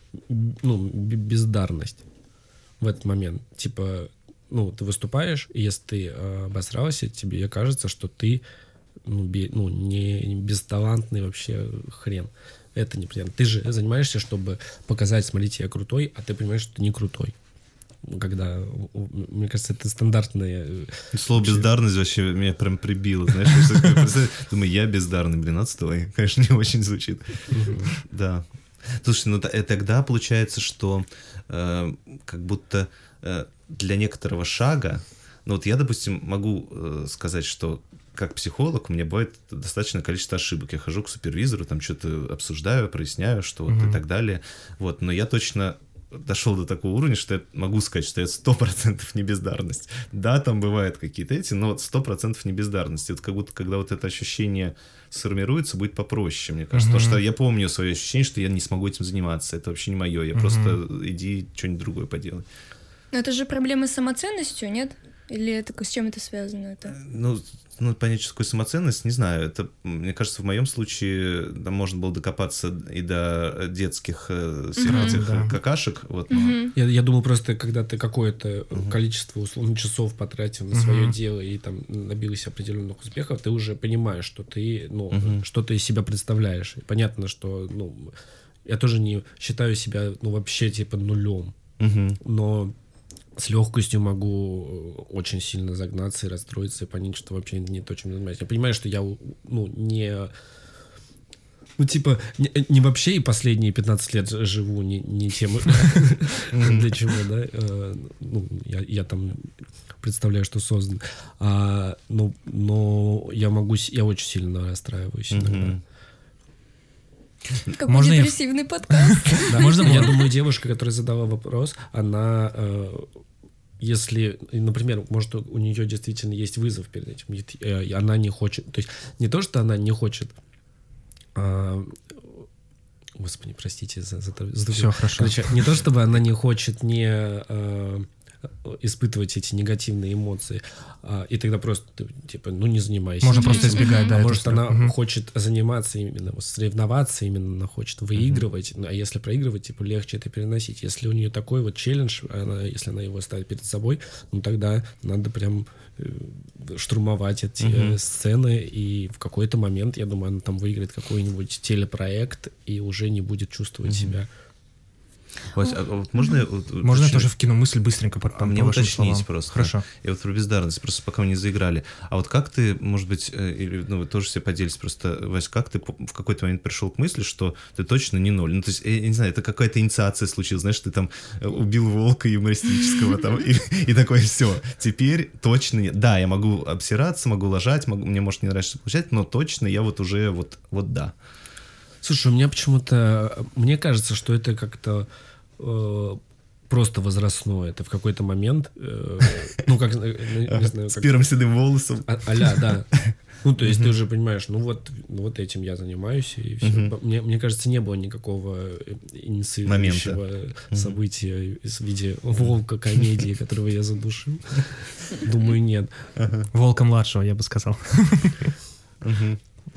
ну, б- бездарность в этот момент. Типа, ну, ты выступаешь, и если ты э, обосрался, тебе кажется, что ты ну, бе- ну, не, не бесталантный вообще хрен. Это неприятно. Ты же занимаешься, чтобы показать, смотрите, я крутой, а ты понимаешь, что ты не крутой. Когда, у- мне кажется, это стандартные... э, Слово бездарность вообще меня прям прибило. Знаешь, я что-то представляю, думаю, я бездарный, блин, отстой. Конечно, не очень звучит. Да. Слушай, ну т- э, тогда получается, что э, как будто э, для некоторого шага, ну вот я, допустим, могу э, сказать, что как психолог у меня бывает достаточное количество ошибок. Я хожу к супервизору, там что-то обсуждаю, проясняю, что вот Мгм. и так далее. Вот, но я точно дошел до такого уровня, что я могу сказать, что это сто процентов не бездарность. Да, там бывают какие-то эти, но вот сто процентов не бездарность. И вот как будто, когда вот это ощущение сформируется, будет попроще, мне кажется. Мгм. Потому что я помню свое ощущение, что я не смогу этим заниматься. Это вообще не мое. Я Мгм. просто иди что-нибудь другое поделай. Но это же проблемы с самоценностью, нет? Или это с чем это связано? Это? Ну, ну, понять, что такое самоценность, не знаю. Это, мне кажется, в моем случае там можно было докопаться и до детских э, всех Мгм. этих Да. э, какашек. Вот, но- Мгм. Я, я думаю, просто когда ты какое-то Мгм. количество условно часов потратил на Мгм. свое дело и там добился определенных успехов, ты уже понимаешь, что ты, ну, Мгм. что ты из себя представляешь. И понятно, что, ну, я тоже не считаю себя, ну, вообще типа нулем, Мгм. но с легкостью могу очень сильно загнаться и расстроиться, и понять, что вообще не то, чем занимаюсь. Я понимаю, что я, ну, не... Ну, типа, не, не вообще и последние пятнадцать лет живу не, не тем, для чего, да, э, ну, я, я там представляю, что создан. А, ну, но я могу, с- я очень сильно расстраиваюсь иногда. Мгм. Какой Можно я- депрессивный подкаст. Да, Можно я мне- думаю, девушка, которая задала вопрос, она, э, если, например, может, у нее действительно есть вызов перед этим, и, э, и она не хочет, то есть не то, что она не хочет, а, господи, простите за, за, за Все хорошо. Короче, не то, чтобы она не хочет не э, испытывать эти негативные эмоции, а, и тогда просто, ты, типа, ну, не занимайся. Можно этим. просто избегать, да. А этого может, страха. она Мгм. хочет заниматься именно, вот соревноваться именно, она хочет выигрывать, ну, а если проигрывать, типа, легче это переносить. Если у нее такой вот челлендж, она, если она его ставит перед собой, ну, тогда надо прям э, штурмовать эти Мгм. э, сцены, и в какой-то момент, я думаю, она там выиграет какой-нибудь телепроект и уже не будет чувствовать себя. Вась, а вот можно я вот Можно я уточню? тоже вкину мысль быстренько по, А по мне вашим уточнить словам? просто. Хорошо. Я вот про бездарность, просто пока мы не заиграли. А вот как ты, может быть, э, или, ну, вы тоже себе поделитесь, просто, Вась, как ты по- в какой-то момент пришел к мысли, что ты точно не ноль? Ну, то есть, я, я не знаю, это какая-то инициация случилась, знаешь, ты там э, убил волка юмористического, там, и, и такое все. Теперь точно нет. Да, я могу обсираться, могу ложать, могу, мне, может, не нравится получать, но точно я вот уже вот, вот да. Слушай, у меня почему-то... Мне кажется, что это как-то э, просто возрастное. Это в какой-то момент... э, ну, как... э, Не знаю, С как... первым седым волосом. а- А-ля, да. Ну, то есть ты уже понимаешь, ну вот, ну вот этим я занимаюсь, и все. Мгм. Мне, мне кажется, не было никакого э, инициирующего события в виде волка комедии, которого я задушил. Думаю, нет. Волка младшего, я бы сказал. Мгм.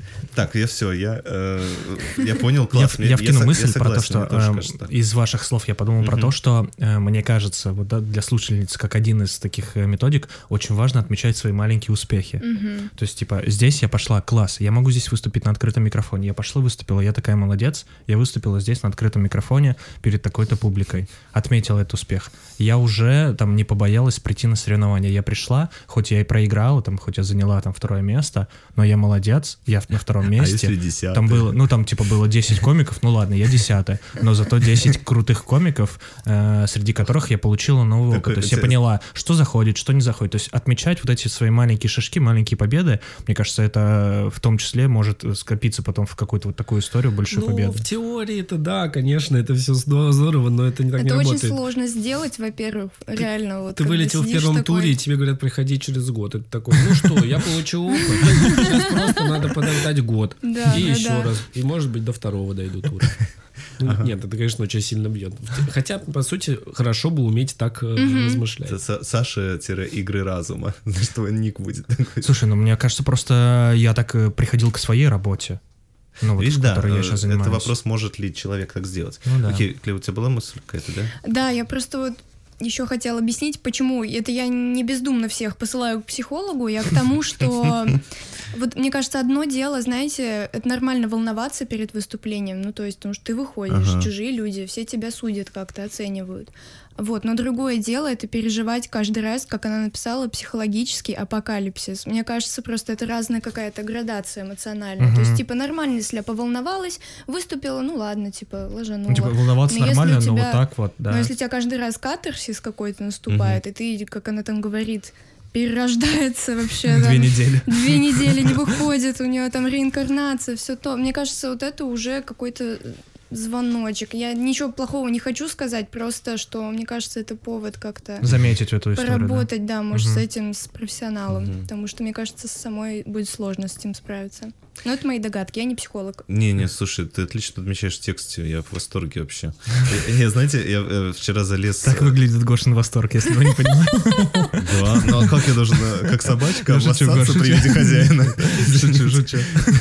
Так, я все, я, э, я понял, класс. Я, я вкину я, мысль я про то, согласен, что тоже э, кажется. из ваших слов я подумал mm-hmm. про то, что э, мне кажется, вот да, для слушательниц, как один из таких э, методик, очень важно отмечать свои маленькие успехи. Mm-hmm. То есть, типа, здесь я пошла, класс, я могу здесь выступить на открытом микрофоне. Я пошла, выступила, я такая молодец, я выступила здесь на открытом микрофоне перед такой-то публикой. Отметила этот успех. Я уже там не побоялась прийти на соревнования. Я пришла, хоть я и проиграла, там, хоть я заняла там второе место, но я молодец, я на втором месте. А если десятый? Там было, ну там типа было десять комиков, ну ладно, я десятый, но зато десять крутых комиков, э, среди которых я получила новый опыт. То есть я поняла, что заходит, что не заходит. То есть отмечать вот эти свои маленькие шажки, маленькие победы, мне кажется, это в том числе может скопиться потом в какую-то вот такую историю большой ну, победы. в теории это да, конечно, это все здорово, но это не так это не работает. Это очень сложно сделать, во-первых, реально. Вот, ты вылетел в первом такой... туре, и тебе говорят, приходи через год. Это такой, ну что, я получил опыт, сейчас просто надо подождать год. Да, и да, еще да. раз. И может быть до второго дойду тура. Ну, ага. Нет, это, конечно, очень сильно бьет. Хотя, по сути, хорошо бы уметь так mm-hmm. размышлять. Это Саша-игры разума. Знаешь, твой ник будет такой. Слушай, ну мне кажется, просто я так приходил к своей работе. Ну, вот, видишь, да, я сейчас занимаюсь. Это вопрос, может ли человек так сделать. Ну, да. Окей, Клея, у тебя была мысль какая-то, да? Да, я просто вот еще хотела объяснить, почему. Это я не бездумно всех посылаю к психологу, я к тому, что... Вот мне кажется, одно дело, знаете, это нормально волноваться перед выступлением, ну то есть, потому что ты выходишь, ага. чужие люди, все тебя судят как-то, оценивают. Вот, но другое дело — это переживать каждый раз, как она написала, психологический апокалипсис. Мне кажется, просто это разная какая-то градация эмоциональная. Uh-huh. То есть, типа, нормально, если я поволновалась, выступила, ну ладно, типа, ложанула. Ну, типа, волноваться но нормально, тебя, но вот так вот, да. Но если у тебя каждый раз катарсис какой-то наступает, uh-huh. и ты, как она там говорит, перерождается вообще. Две там, недели. Две недели не выходит, у нее там реинкарнация, все то. Мне кажется, вот это уже какой-то звоночек. Я ничего плохого не хочу сказать, просто что, мне кажется, это повод как-то... Заметить эту историю, поработать, да, да может, угу. с этим, с профессионалом. Угу. Потому что, мне кажется, самой будет сложно с этим справиться. Но это мои догадки, я не психолог. Не-не, слушай, ты отлично подмечаешь в тексте, я в восторге вообще. Я, знаете, я вчера залез... Так выглядит Гошин восторг, если вы не понимаете. Да, ну а как я должен, как собачка, обоссаться при виде хозяина? Шучу, шучу.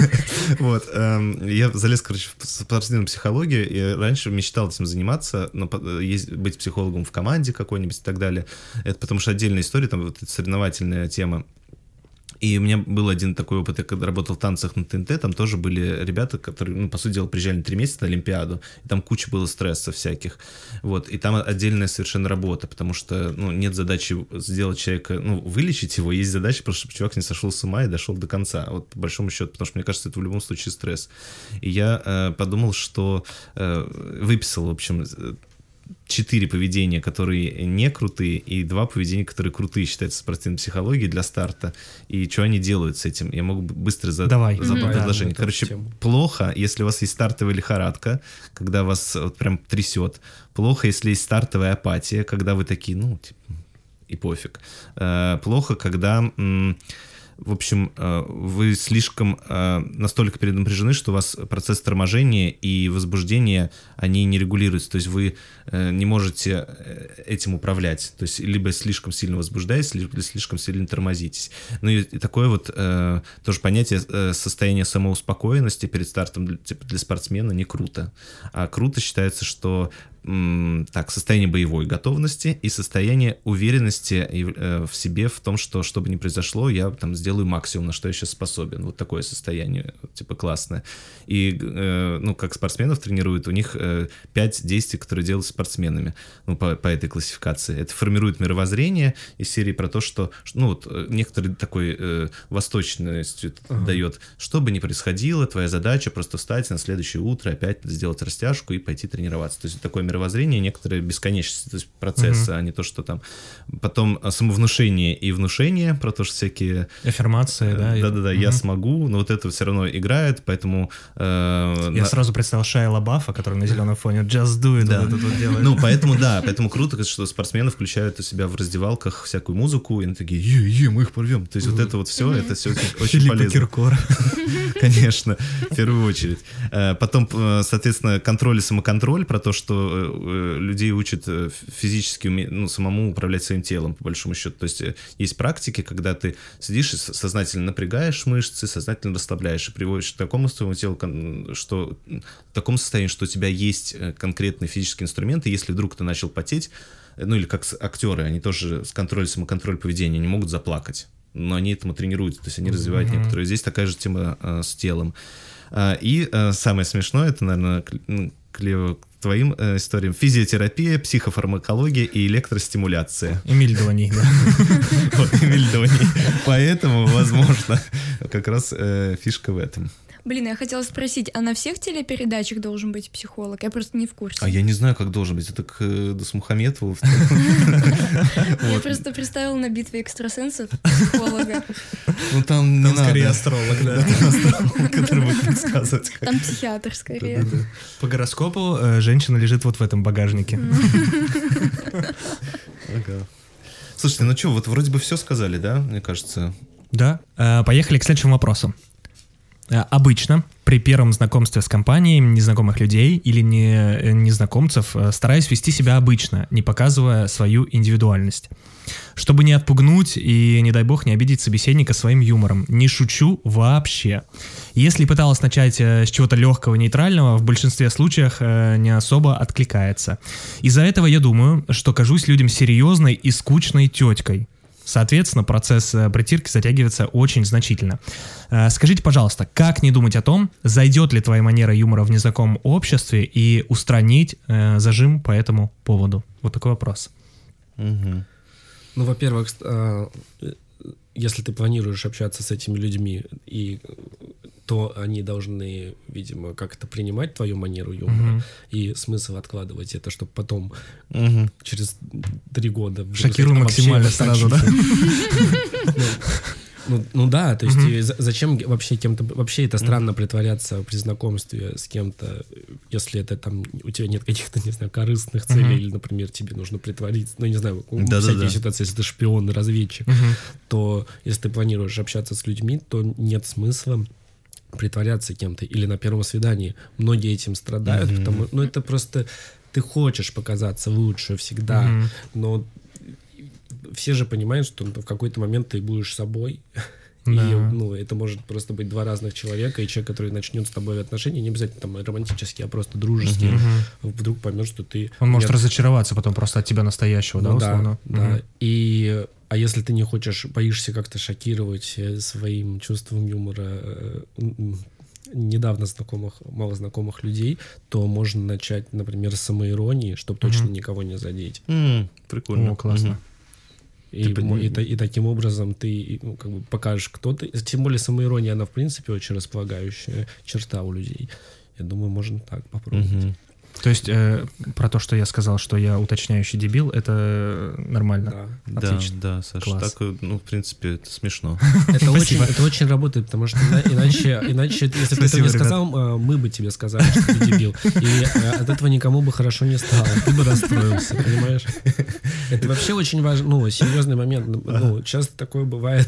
Вот, я залез, короче, в спортивную психологию, и раньше мечтал этим заниматься, но быть психологом в команде какой-нибудь и так далее. Это потому что отдельная история, там вот эта соревновательная тема. И у меня был один такой опыт, я когда работал в танцах на ТНТ, там тоже были ребята, которые, ну, по сути дела, приезжали на три месяца на Олимпиаду, и там куча было стресса всяких, вот, и там отдельная совершенно работа, потому что, ну, нет задачи сделать человека, ну, вылечить его, есть задача просто, чтобы чувак не сошел с ума и дошел до конца, вот, по большому счету, потому что, мне кажется, это в любом случае стресс. И я э, подумал, что э, выписал, в общем, четыре поведения, которые не крутые, и два поведения, которые крутые, считаются в спортивной психологии для старта. И что они делают с этим? Я могу быстро задать mm-hmm. предложение. Да, Короче, плохо, если у вас есть стартовая лихорадка, когда вас вот прям трясет. Плохо, если есть стартовая апатия, когда вы такие, ну, типа, и пофиг. Плохо, когда... В общем, вы слишком настолько перенапряжены, что у вас процесс торможения и возбуждения, они не регулируются. То есть вы не можете этим управлять. То есть либо слишком сильно возбуждаетесь, либо слишком сильно тормозитесь. Ну и такое вот тоже понятие состояния самоуспокоенности перед стартом для, типа, для спортсмена не круто. А круто считается, что так, состояние боевой готовности и состояние уверенности в себе, в том, что что бы ни произошло, я там сделаю максимум, на что я сейчас способен. Вот такое состояние, типа, классное. И, ну, как спортсменов тренируют, у них пять действий, которые делают спортсменами, ну, по, по этой классификации. Это формирует мировоззрение из серии про то, что, ну, вот, некоторый такой э, восточность uh-huh. дает. Что бы ни происходило, твоя задача просто встать на следующее утро, опять сделать растяжку и пойти тренироваться. То есть такое мировоззрение, некоторые бесконечности, то есть процессы, uh-huh. а не то, что там... Потом самовнушение и внушение, про то, что всякие... Аффирмации, да? Да-да-да, uh-huh. я смогу, но вот это все равно играет, поэтому... Э, я на... сразу представил Шайя Лабафа, который на зеленом фоне just do it, да. вот это вот делает. Ну, поэтому, да, поэтому круто, что спортсмены включают у себя в раздевалках всякую музыку, и они такие, е-е, мы их порвем. То есть uh-huh. вот это вот все, uh-huh. это все очень, очень Филиппа полезно. Киркора. Конечно, в первую очередь. Потом, соответственно, контроль и самоконтроль, про то, что э, людей учат э, физически уме- ну, самому управлять своим телом, по большому счету. То есть э, есть практики, когда ты сидишь и сознательно напрягаешь мышцы, сознательно расслабляешь и приводишь к такому своему телу, что в таком состоянии, что у тебя есть конкретные физические инструменты, если вдруг ты начал потеть, ну или как актеры, они тоже с контроль, самоконтроль поведения, они могут заплакать, но они этому тренируются, то есть они развивают mm-hmm. некоторые. Здесь такая же тема э, с телом. А, и э, самое смешное, это, наверное, Клео, к твоим э, историям, физиотерапия, психофармакология и электростимуляция. Эмиль Девани, да. Вот, Эмиль Девани. Поэтому, возможно, как раз фишка в этом. Блин, я хотела спросить, а на всех телепередачах должен быть психолог? Я просто не в курсе. А я не знаю, как должен быть. Это к Досмухаметову. Я просто представила на битве экстрасенсов психолога. Ну там не надо. Скорее астролог, да. Астролог, который будет предсказывать. Там психиатр скорее. По гороскопу женщина лежит вот в этом багажнике. Слушайте, ну что, вот вроде бы все сказали, да, мне кажется? Да. Поехали к следующему вопросу. Обычно при первом знакомстве с компанией незнакомых людей или не, незнакомцев стараюсь вести себя обычно, не показывая свою индивидуальность. Чтобы не отпугнуть и, не дай бог, не обидеть собеседника своим юмором. Не шучу вообще. Если пыталась начать с чего-то легкого, нейтрального, в большинстве случаев не особо откликается. Из-за этого я думаю, что кажусь людям серьезной и скучной теткой. Соответственно, процесс притирки затягивается очень значительно. Скажите, пожалуйста, как не думать о том, зайдет ли твоя манера юмора в незнакомом обществе, и устранить э, зажим по этому поводу? Вот такой вопрос. Угу. Ну, во-первых, если ты планируешь общаться с этими людьми, и то они должны, видимо, как-то принимать твою манеру юмора, uh-huh. и смысл откладывать это, чтобы потом uh-huh. через три года... Шокируй максимально сразу, да? Ну, ну да, то есть mm-hmm. зачем вообще кем-то... Вообще это странно mm-hmm. притворяться при знакомстве с кем-то, если это там у тебя нет каких-то, не знаю, корыстных целей, mm-hmm. или, например, тебе нужно притвориться, ну, не знаю, да, всякие да, да. ситуации, если ты шпион, разведчик, mm-hmm. то если ты планируешь общаться с людьми, то нет смысла притворяться кем-то. Или на первом свидании. Многие этим страдают, mm-hmm. потому... Ну, это просто... Ты хочешь показаться лучше всегда, mm-hmm. но... Все же понимают, что в какой-то момент ты будешь собой, да. и ну, это может просто быть два разных человека, и человек, который начнет с тобой отношения, не обязательно там романтические, а просто дружеские, uh-huh. вдруг поймет, что ты... Он может разочароваться потом просто от тебя настоящего, ну, да, условно? Да, uh-huh. да. И, а если ты не хочешь, боишься как-то шокировать своим чувством юмора недавно знакомых, малознакомых людей, то можно начать, например, с самоиронии, чтобы uh-huh. точно никого не задеть. Mm, прикольно. О, классно. Uh-huh. И, и, и, и таким образом ты ну, как бы покажешь, кто ты. Тем более самоирония, она в принципе очень располагающая черта у людей. Я думаю, можно так попробовать. Угу. То есть э, про то, что я сказал, что я уточняющий дебил, это нормально? Да, отлично. Да, да, Саша, класс. Так, ну, в принципе, это смешно. Это очень, это очень работает, потому что иначе, иначе если бы ты это не сказал, мы бы тебе сказали, что ты дебил. И от этого никому бы хорошо не стало. Ты бы расстроился, понимаешь? Это вообще очень важно, ну, серьезный момент. Ну, часто такое бывает.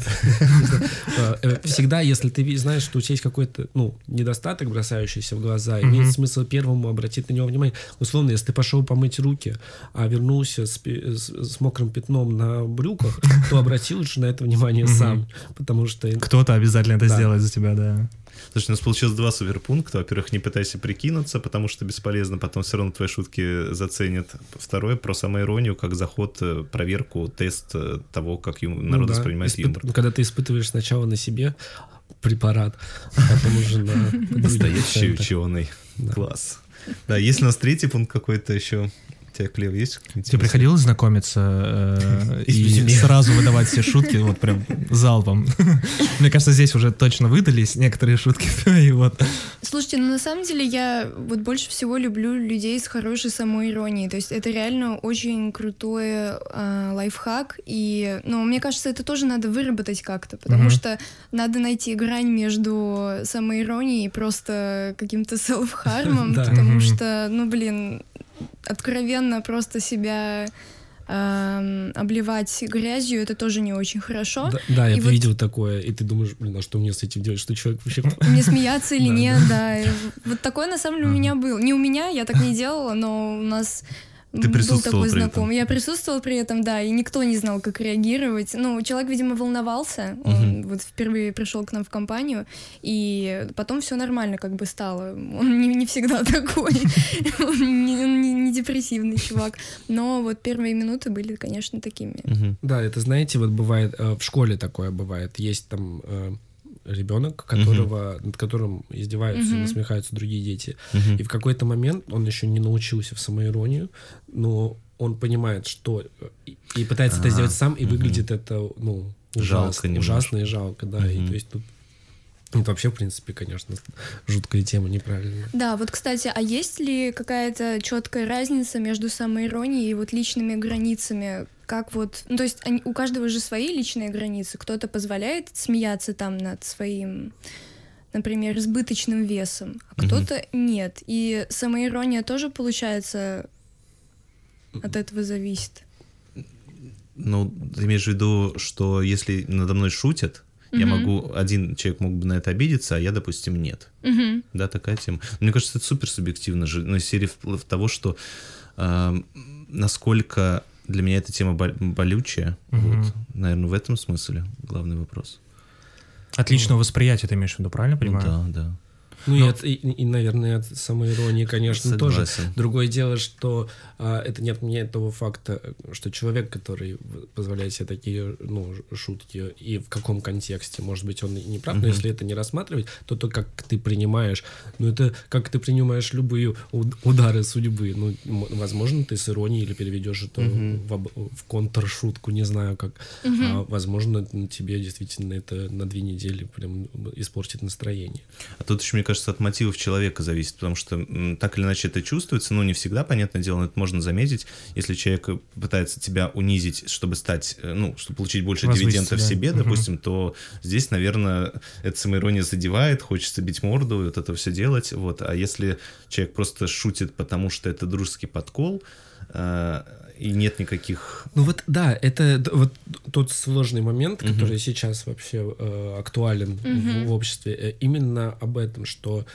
Всегда, если ты знаешь, что у тебя есть какой-то, ну, недостаток, бросающийся в глаза, имеет смысл первому обратить на него внимание. Условно, если ты пошел помыть руки, а вернулся с, с, с мокрым пятном на брюках, то обрати лучше на это внимание сам, потому что... Кто-то обязательно это да. сделает за тебя, да. Слушай, у нас получилось два суперпункта. Во-первых, не пытайся прикинуться, потому что бесполезно, потом все равно твои шутки заценят. Второе, про самоиронию, как заход, проверку, тест того, как ю... народ ну, да. воспринимает Испы... юмор. Когда ты испытываешь сначала на себе препарат, а потом уже на... Настоящий ученый. Класс. Да, есть у нас третий пункт какой-то еще. У тебя, Клев, есть? Тебе приходилось знакомиться э, и сразу выдавать все шутки, вот прям залпом? Мне кажется, здесь уже точно выдались некоторые шутки. И вот. Слушайте, ну на самом деле я вот больше всего люблю людей с хорошей самоиронией. То есть это реально очень крутой э, лайфхак. И, ну, мне кажется, это тоже надо выработать как-то, потому mm-hmm. что надо найти грань между самоиронией и просто каким-то селф-хармом, потому что, ну, блин... откровенно просто себя эм, обливать грязью, это тоже не очень хорошо. Да, да, я И вот видел такое, и ты думаешь, блин, а что мне с этим делать, что человек вообще... мне смеяться или Да, нет, да. И вот такое на самом деле у меня было. Не у меня, я так не делала, но у нас Ты был присутствовала такой при этом? знакомый. Я присутствовала при этом, да, и никто не знал, как реагировать. Ну, человек, видимо, волновался. Он вот впервые пришел к нам в компанию, и потом все нормально как бы стало. Он не, не всегда такой. Он не, он не- не депрессивный чувак. Но вот первые минуты были, конечно, такими. Мгм. Да, это, знаете, вот бывает, э, в школе такое бывает. Есть там э, ребенок, которого, над которым издеваются и Мгм. насмехаются другие дети. Мгм. И в какой-то момент он еще не научился в самоиронию, но он понимает, что... э, И, и пытается это А, сделать сам, и мгм. выглядит это, ну, Жалко ужасно, немножко. ужасно и жалко, да. И Мгм. то есть тут... Это вообще, в принципе, конечно, жуткая тема, неправильная. Да, вот, кстати, а есть ли какая-то четкая разница между самоиронией и вот личными границами? Как вот, ну, то есть они- у каждого же свои личные границы. Кто-то позволяет смеяться там над своим, например, избыточным весом, а Мгм. кто-то нет. И самоирония тоже, получается, от этого зависит. Ну, ты имеешь в виду, что если надо мной шутят, я Мгм. могу, один человек мог бы на это обидеться, а я, допустим, нет. Мгм. Да, такая тема. Мне кажется, это супер субъективно же, ну, из серии в- в того, что э, насколько для меня эта тема бол- болючая, Мгм. вот, наверное, в этом смысле главный вопрос. От личного восприятия ты имеешь в виду, правильно Ну, понимаю? да, да. Ну, Но- и, от- и, и, наверное, от самоиронии, конечно, тоже. Согласен. Другое дело, что а, это не отменяет того факта, что человек, который в- позволяет себе такие ну, ж- шутки, и в каком контексте, может быть, он и не прав, но Мгм. если это не рассматривать, то то, как ты принимаешь, ну, это как ты принимаешь любые уд- удары судьбы. Ну, м- возможно, ты с иронией или переведешь это Мгм. в, об- в контршутку, не знаю как. А, возможно, ну, тебе действительно это на две недели прям испортит настроение. А тут еще, мне кажется, от мотивов человека зависит, потому что м, так или иначе это чувствуется, но не всегда, понятное дело, но это можно заметить, если человек пытается тебя унизить, чтобы стать, э, ну, чтобы получить больше Возвысить дивидендов себя. себе, Мгм. допустим, то здесь, наверное, эта самоирония задевает, хочется бить морду, вот это все делать, вот. А если человек просто шутит, потому что это дружеский подкол, э, и нет никаких... Ну вот да, это д- вот тот сложный момент, Мгм. который сейчас вообще э, актуален в- Мгм. в, обществе. Э, именно об этом, что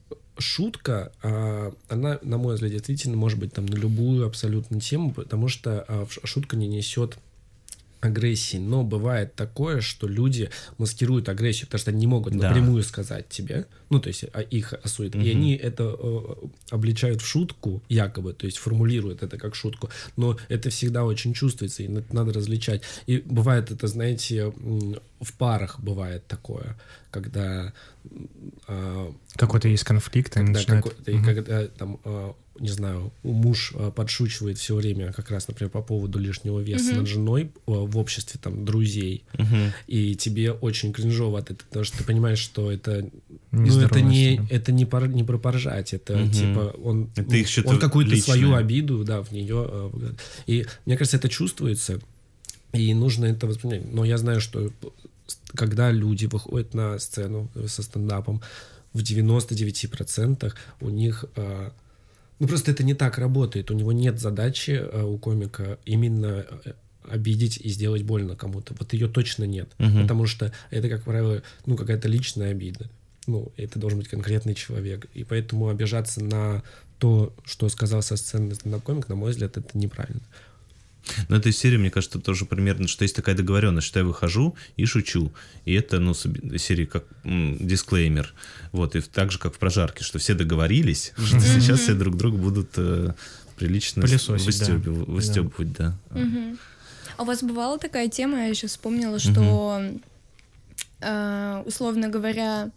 шутка, а, она, на мой взгляд, действительно может быть там на любую абсолютно тему, потому что а, в ш- шутка не несет агрессии, но бывает такое, что люди маскируют агрессию, потому что они не могут Да. напрямую сказать тебе, ну, то есть а, их осудят, и Мгм. они это э, обличают в шутку, якобы, то есть формулируют это как шутку, но это всегда очень чувствуется, и на- надо различать. И бывает это, знаете, м, в парах бывает такое, когда м, а, Какой-то есть конфликт, и когда, начинает... какой-то- Мгм. когда там, а, не знаю, муж а, подшучивает все время как раз, например, по поводу лишнего веса Мгм. над женой а, в обществе там друзей, Мгм. и тебе очень кринжово от этого, потому что ты понимаешь, что это, ну, Нездоровая это не, история. это не, пор- не про поржать, это Мгм. типа он, Это их что-то он какую-то личное. свою обиду, да, в нее, а, в- и мне кажется, это чувствуется, и нужно это воспринять. Но я знаю, что когда люди выходят на сцену со стендапом, в девяноста девяти процентах у них... а, ну, просто это не так работает. У него нет задачи, а, у комика, именно э, обидеть и сделать больно кому-то. Вот ее точно нет. Мгм. Потому что это, как правило, ну, какая-то личная обида. Ну, это должен быть конкретный человек. И поэтому обижаться на то, что сказал со сцены стендап-комик, на мой взгляд, это неправильно. Но этой серии, мне кажется, тоже примерно, что есть такая договоренность, что я выхожу и шучу. И это, ну, суб- серии как м, дисклеймер. Вот, и в- так же, как в прожарке, что все договорились, что сейчас все друг друга будут э, прилично Пылесосить, да. выстебив- выстебывать, да. Мгм. А у вас бывала такая тема, я сейчас вспомнила, что, э, условно говоря,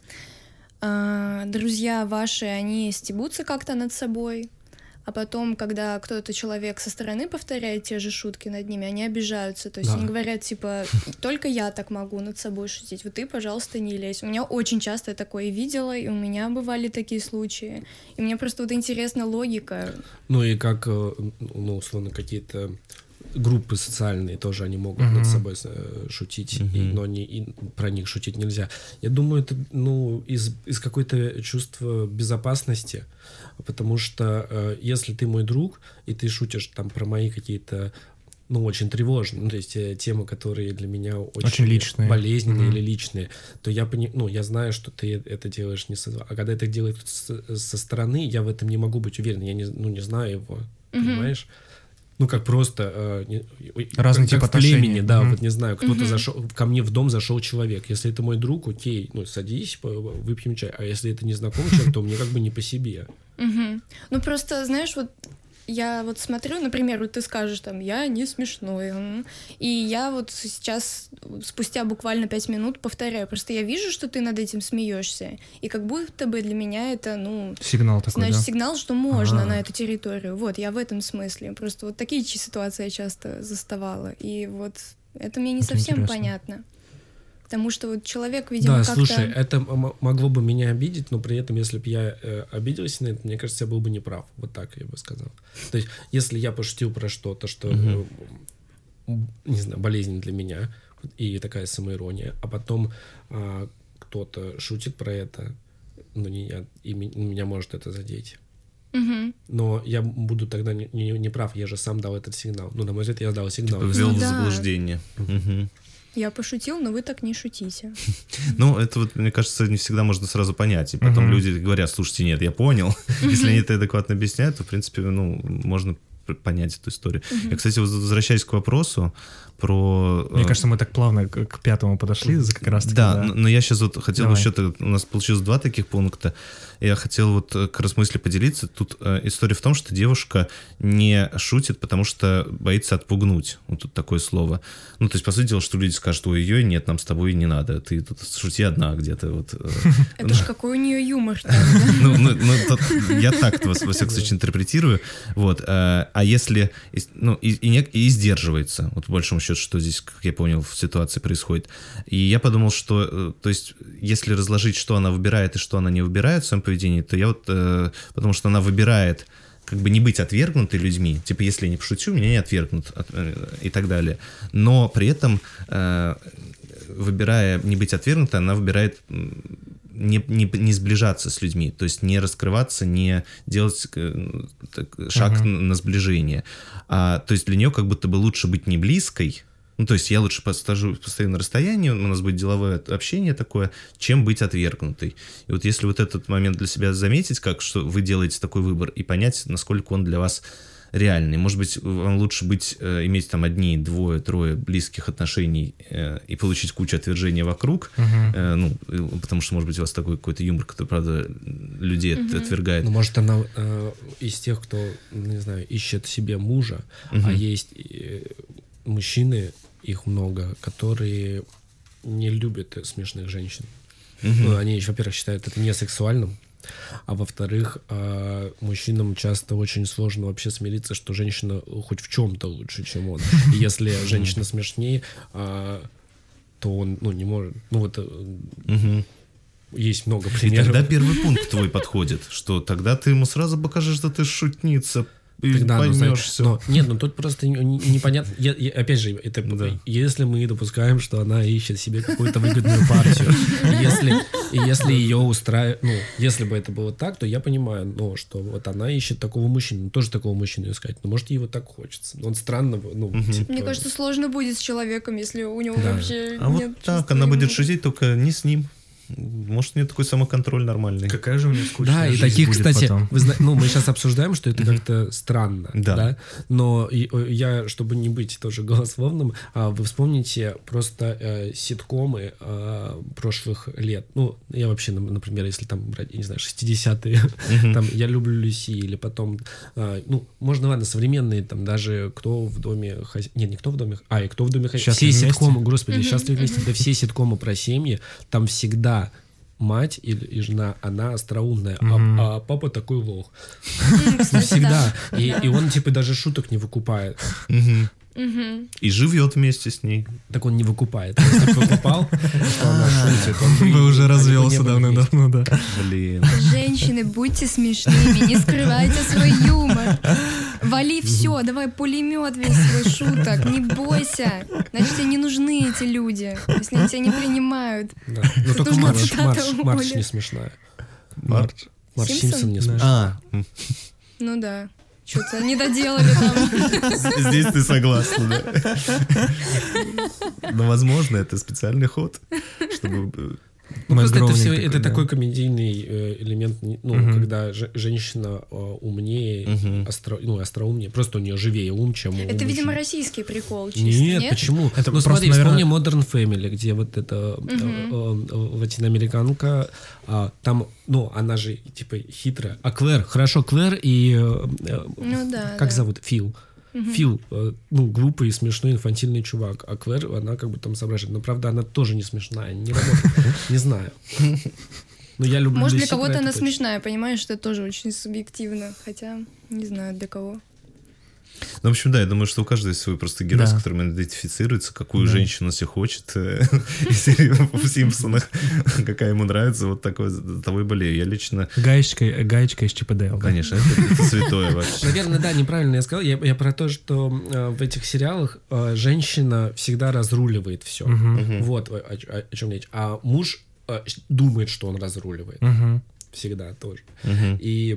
э, друзья ваши, они стебутся как-то над собой, а потом, когда кто-то человек со стороны повторяет те же шутки над ними, они обижаются. То есть Да. они говорят, типа, только я так могу над собой шутить, вот ты, пожалуйста, не лезь. У меня очень часто я такое видела, и у меня бывали такие случаи. И мне просто вот интересна логика. Ну и как, э, ну, условно, какие-то группы социальные тоже они могут Мгм. над собой э, шутить, и- Мгм. но не, и про них шутить нельзя. Я думаю, это, ну, из, из какой-то чувства безопасности, потому что э, если ты мой друг, и ты шутишь там про мои какие-то, ну, очень тревожные, ну, то есть э, темы, которые для меня очень, Очень личные. болезненные Мгм. или личные, то я, пони... ну, я знаю, что ты это делаешь не со... А когда это делает со, со стороны, я в этом не могу быть уверен, я не, ну, не знаю его, понимаешь? Ну, как просто... Э, не- Разный как тип в племени, отношений. да, Мгм. вот не знаю, кто-то зашел, ко мне в дом зашел человек. Если это мой друг, окей, ну, садись, по- выпьем чай. А если это незнакомый человек, то мне как бы не по себе. Мгм. Ну просто, знаешь, вот я вот смотрю, например, вот ты скажешь там, я не смешной, м. и я вот сейчас спустя буквально пять минут повторяю, просто я вижу, что ты над этим смеешься, и как будто бы для меня это, ну, Сигнал такой, значит, да? сигнал, что можно А. на эту территорию. Вот, я в этом смысле. Просто вот такие чи- ситуации я часто заставала, и вот это мне не Это совсем интересно. понятно. Потому что вот человек, видимо, Да, как-то... слушай, это м- могло бы меня обидеть, но при этом, если бы я э, обиделся на это, мне кажется, я был бы неправ. Вот так я бы сказал. То есть, если я пошутил про что-то, что, э, м, не знаю, болезнь для меня, и такая самоирония, а потом а, кто-то шутит про это, ну, не я, и ми- меня может это задеть. Мгм. Но я буду тогда не, не, не прав, я же сам дал этот сигнал. Ну, на мой взгляд, я дал сигнал. Ввел Ну в да. заблуждение. Мгм. Я пошутил, но вы так не шутите. Ну, это вот, мне кажется, не всегда можно сразу понять. И потом Мгм. люди говорят, слушайте, нет, я понял. Если они это адекватно объясняют, то, в принципе, ну, можно п- понять эту историю. Я, кстати, вот возвращаясь к вопросу про... Мне э, кажется, мы так плавно к, к пятому подошли, за как раз таки. Да, но но я сейчас вот хотел Давай. еще, у нас получилось два таких пункта. Я хотел вот э, как раз мысли поделиться. Тут э, история в том, что девушка не шутит, потому что боится отпугнуть. Вот тут такое слово. Ну, то есть, по сути дела, что люди скажут, ой-ой, нет, нам с тобой не надо. Ты тут шути одна где-то. Вот. э. Это ж какой у нее юмор там, да? Ну, ну, ну, тут я так, во, во всяком случае, интерпретирую. Вот. э, А если... и- Ну, и, и, не- и сдерживается. Вот, по большому счету, что здесь, как я понял, в ситуации происходит. И я подумал, что... э, То есть, если разложить, что она выбирает и что она не выбирает в своем поведении, то я вот... э, Потому что она выбирает как бы не быть отвергнутой людьми. Типа, если я не пошучу, меня не отвергнут. от- э, И так далее. Но при этом... э, выбирая не быть отвергнутой, она выбирает м, не, не, не сближаться с людьми, то есть не раскрываться, не делать э, так, шаг Ага. на, на сближение. А, то есть для нее как будто бы лучше быть не близкой, ну, то есть я лучше постажу, постою на расстоянии, у нас будет деловое общение такое, чем быть отвергнутой. И вот если вот этот момент для себя заметить, как что вы делаете такой выбор, и понять, насколько он для вас реальный. Может быть, вам лучше быть, э, иметь там одни, двое, трое близких отношений э, и получить кучу отвержения вокруг, Мгм. э, ну, э, потому что, может быть, у вас такой какой-то юмор, который, правда, людей от- отвергает. Ну, может, она э, из тех, кто, не знаю, ищет себе мужа, Мгм. а есть э, мужчины, их много, которые не любят э, смешных женщин. Мгм. Ну, они, во-первых, считают это не сексуальным, а во-вторых, э, мужчинам часто очень сложно вообще смириться, что женщина хоть в чем-то лучше, чем он. И если женщина смешнее, э, то он, ну, не может. Ну, вот э, Мгм. есть много И примеров. тогда первый пункт твой подходит, что тогда ты ему сразу покажешь, что ты шутница, и Тогда, ну, поймешь знаешь, все. но- нет, ну тут просто не- не- непонятно. Я- я- опять же, это Да. если мы допускаем, что она ищет себе какую-то выгодную партию, и если, и если ее устраивает, ну, если бы это было так, то я понимаю, ну, что вот она ищет такого мужчину, тоже такого мужчину искать, но может ей вот так хочется. Но он странно, ну, типа, Мне кажется, сложно будет с человеком, если у него Да. вообще А вот нет так, чувства она будет юмора. шутить, только не с ним. Может, у нее такой самоконтроль нормальный. Какая же у меня скучная Да, и жизнь таких, будет кстати, потом. вы зна- ну, мы сейчас обсуждаем, что это как-то странно, Да. да, но и- о, я, чтобы не быть тоже голословным, а, вы вспомните просто э, ситкомы э, прошлых лет, ну, я вообще, нам- например, если там брать, я не знаю, шестидесятые, там «Я люблю Люси», или потом, э, ну, можно, ладно, современные, там, даже «Кто в доме хозяин», нет, не «Кто в доме», а, и «Кто в доме хозяин», все «Счастливы вместе»? ситкомы, господи, «Счастливы вместе», да все ситкомы про семьи, там всегда мать или и жена, она остроумная, а- Мгм. а, папа такой лох. М, кстати, Всегда. да. И, Да. и он, типа, даже шуток не выкупает. Мгм. Мгм. И живет вместе с ней. Так он не выкупает. Если бы выкупал, что она шутит, он бы- Бы уже они бы не развелся были вместе. давно-давно, да. Блин. Женщины, будьте смешными, не скрывайте свой юмор. Вали все, давай пулемет весь свой шуток, не бойся. Значит, тебе не нужны эти люди, если они тебя не принимают. Да. Но только нужна Марш, цитата Марш, у Марш Оли. не смешная. Марч. Марш Симпсон? Симпсон не Да. смешная. А, м, Ну да. что-то не доделали там. Здесь ты согласна, да? Но, возможно, это специальный ход, чтобы... Ну, просто это, все, такой, это да. такой комедийный э, элемент, ну, угу. когда ж, женщина э, умнее, угу. остро, ну, остроумнее, просто у нее живее ум, чем у Это, мужчин. видимо, российский прикол чисто, нет? нет? Почему? Это ну, смотри, наверное... вспомни Modern Family, где вот эта угу. э, э, латиноамериканка, э, там, ну, она же, типа, хитрая. А Клэр, хорошо, Клэр и... Э, э, ну, да, как да. зовут? Фил. Uh-huh. Фил, ну, глупый, смешной, инфантильный чувак, а Клэр, она как бы там соображает. Но, правда, она тоже не смешная, не работает. Не знаю. Но я люблю... Может, для кого-то она смешная, понимаешь, что это тоже очень субъективно. Хотя, не знаю, для кого. Ну, в общем, да, я думаю, что у каждого есть свой просто герой, да. с которым он идентифицируется, какую да. женщину себе хочет. Из серии в «Симпсонах», какая ему нравится, вот такой, того и болею. Я лично... Гаечка, гаечка из Чип и Дейла. Конечно, это, это святое вообще. Наверное, да, неправильно я сказал. Я, я про то, что э, в этих сериалах э, женщина всегда разруливает все. Угу. Вот о, о, о чем речь. А муж э, думает, что он разруливает. Угу. Всегда тоже. Угу. И...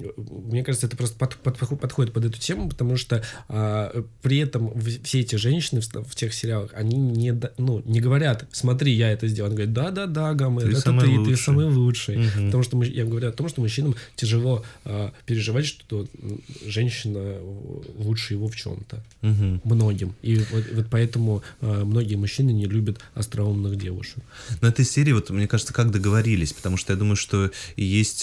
Мне кажется, это просто под, под, подходит под эту тему, потому что а, при этом все эти женщины в, в тех сериалах, они не, ну, не говорят, смотри, я это сделал. Они говорят, да-да-да, Гамэ, это ты, ты самый лучший. Угу. Потому что мы, я говорю о том, что мужчинам тяжело а, переживать, что женщина лучше его в чем-то. Угу. Многим. И вот, вот поэтому а, многие мужчины не любят остроумных девушек. Но этой серии, вот, мне кажется, как договорились, потому что я думаю, что есть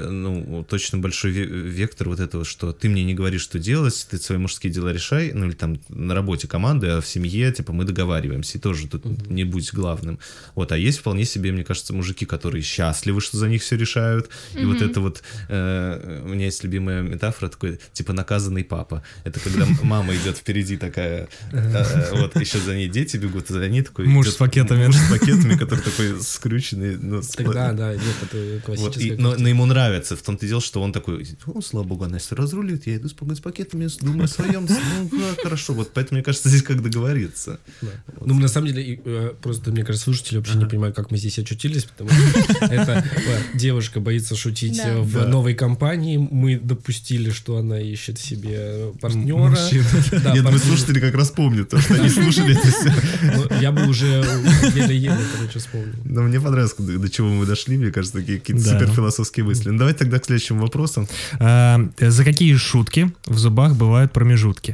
ну, точно большой вектор вот этого, что ты мне не говоришь, что делать, ты свои мужские дела решай, ну или там на работе команды, а в семье, типа, мы договариваемся, и тоже тут uh-huh. не будь главным. Вот, а есть вполне себе, мне кажется, мужики, которые счастливы, что за них все решают, uh-huh. и вот это вот, э, у меня есть любимая метафора, такой, типа, наказанный папа. Это когда мама идет впереди такая, э, вот, еще за ней дети бегут, а за ней такой... Муж с пакетами. Муж с пакетами, который такой скрюченный. Ну, да, да, нет, это классическая... Но ему нравится, в том-то и дело, что он такой, о, слава богу, она если разрулит, я иду с пакетами, думаю о своем, ну, да, хорошо, вот, поэтому, мне кажется, здесь как договориться. Да. Вот. Ну, на самом деле, просто, мне кажется, слушатели вообще ага. не понимают, как мы здесь очутились, потому что это девушка боится шутить в новой компании, мы допустили, что она ищет себе партнера. Нет, мы слушатели как раз помнят, потому что они слушали это все. Я бы уже еле-еле, короче, вспомнил. Но мне понравилось, до чего мы дошли, мне кажется, такие какие-то суперфилософские мысли. Ну, давайте тогда к следующему вопросу. А, за какие шутки в зубах бывают промежутки?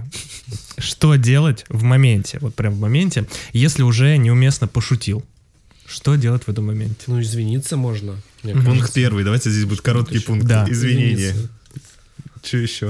Что делать в моменте, вот прям в моменте, если уже неуместно пошутил? Что делать в этом моменте? Ну, извиниться можно. Пункт первый. Давайте здесь будет короткий пункт. Да. Извинения. Что еще?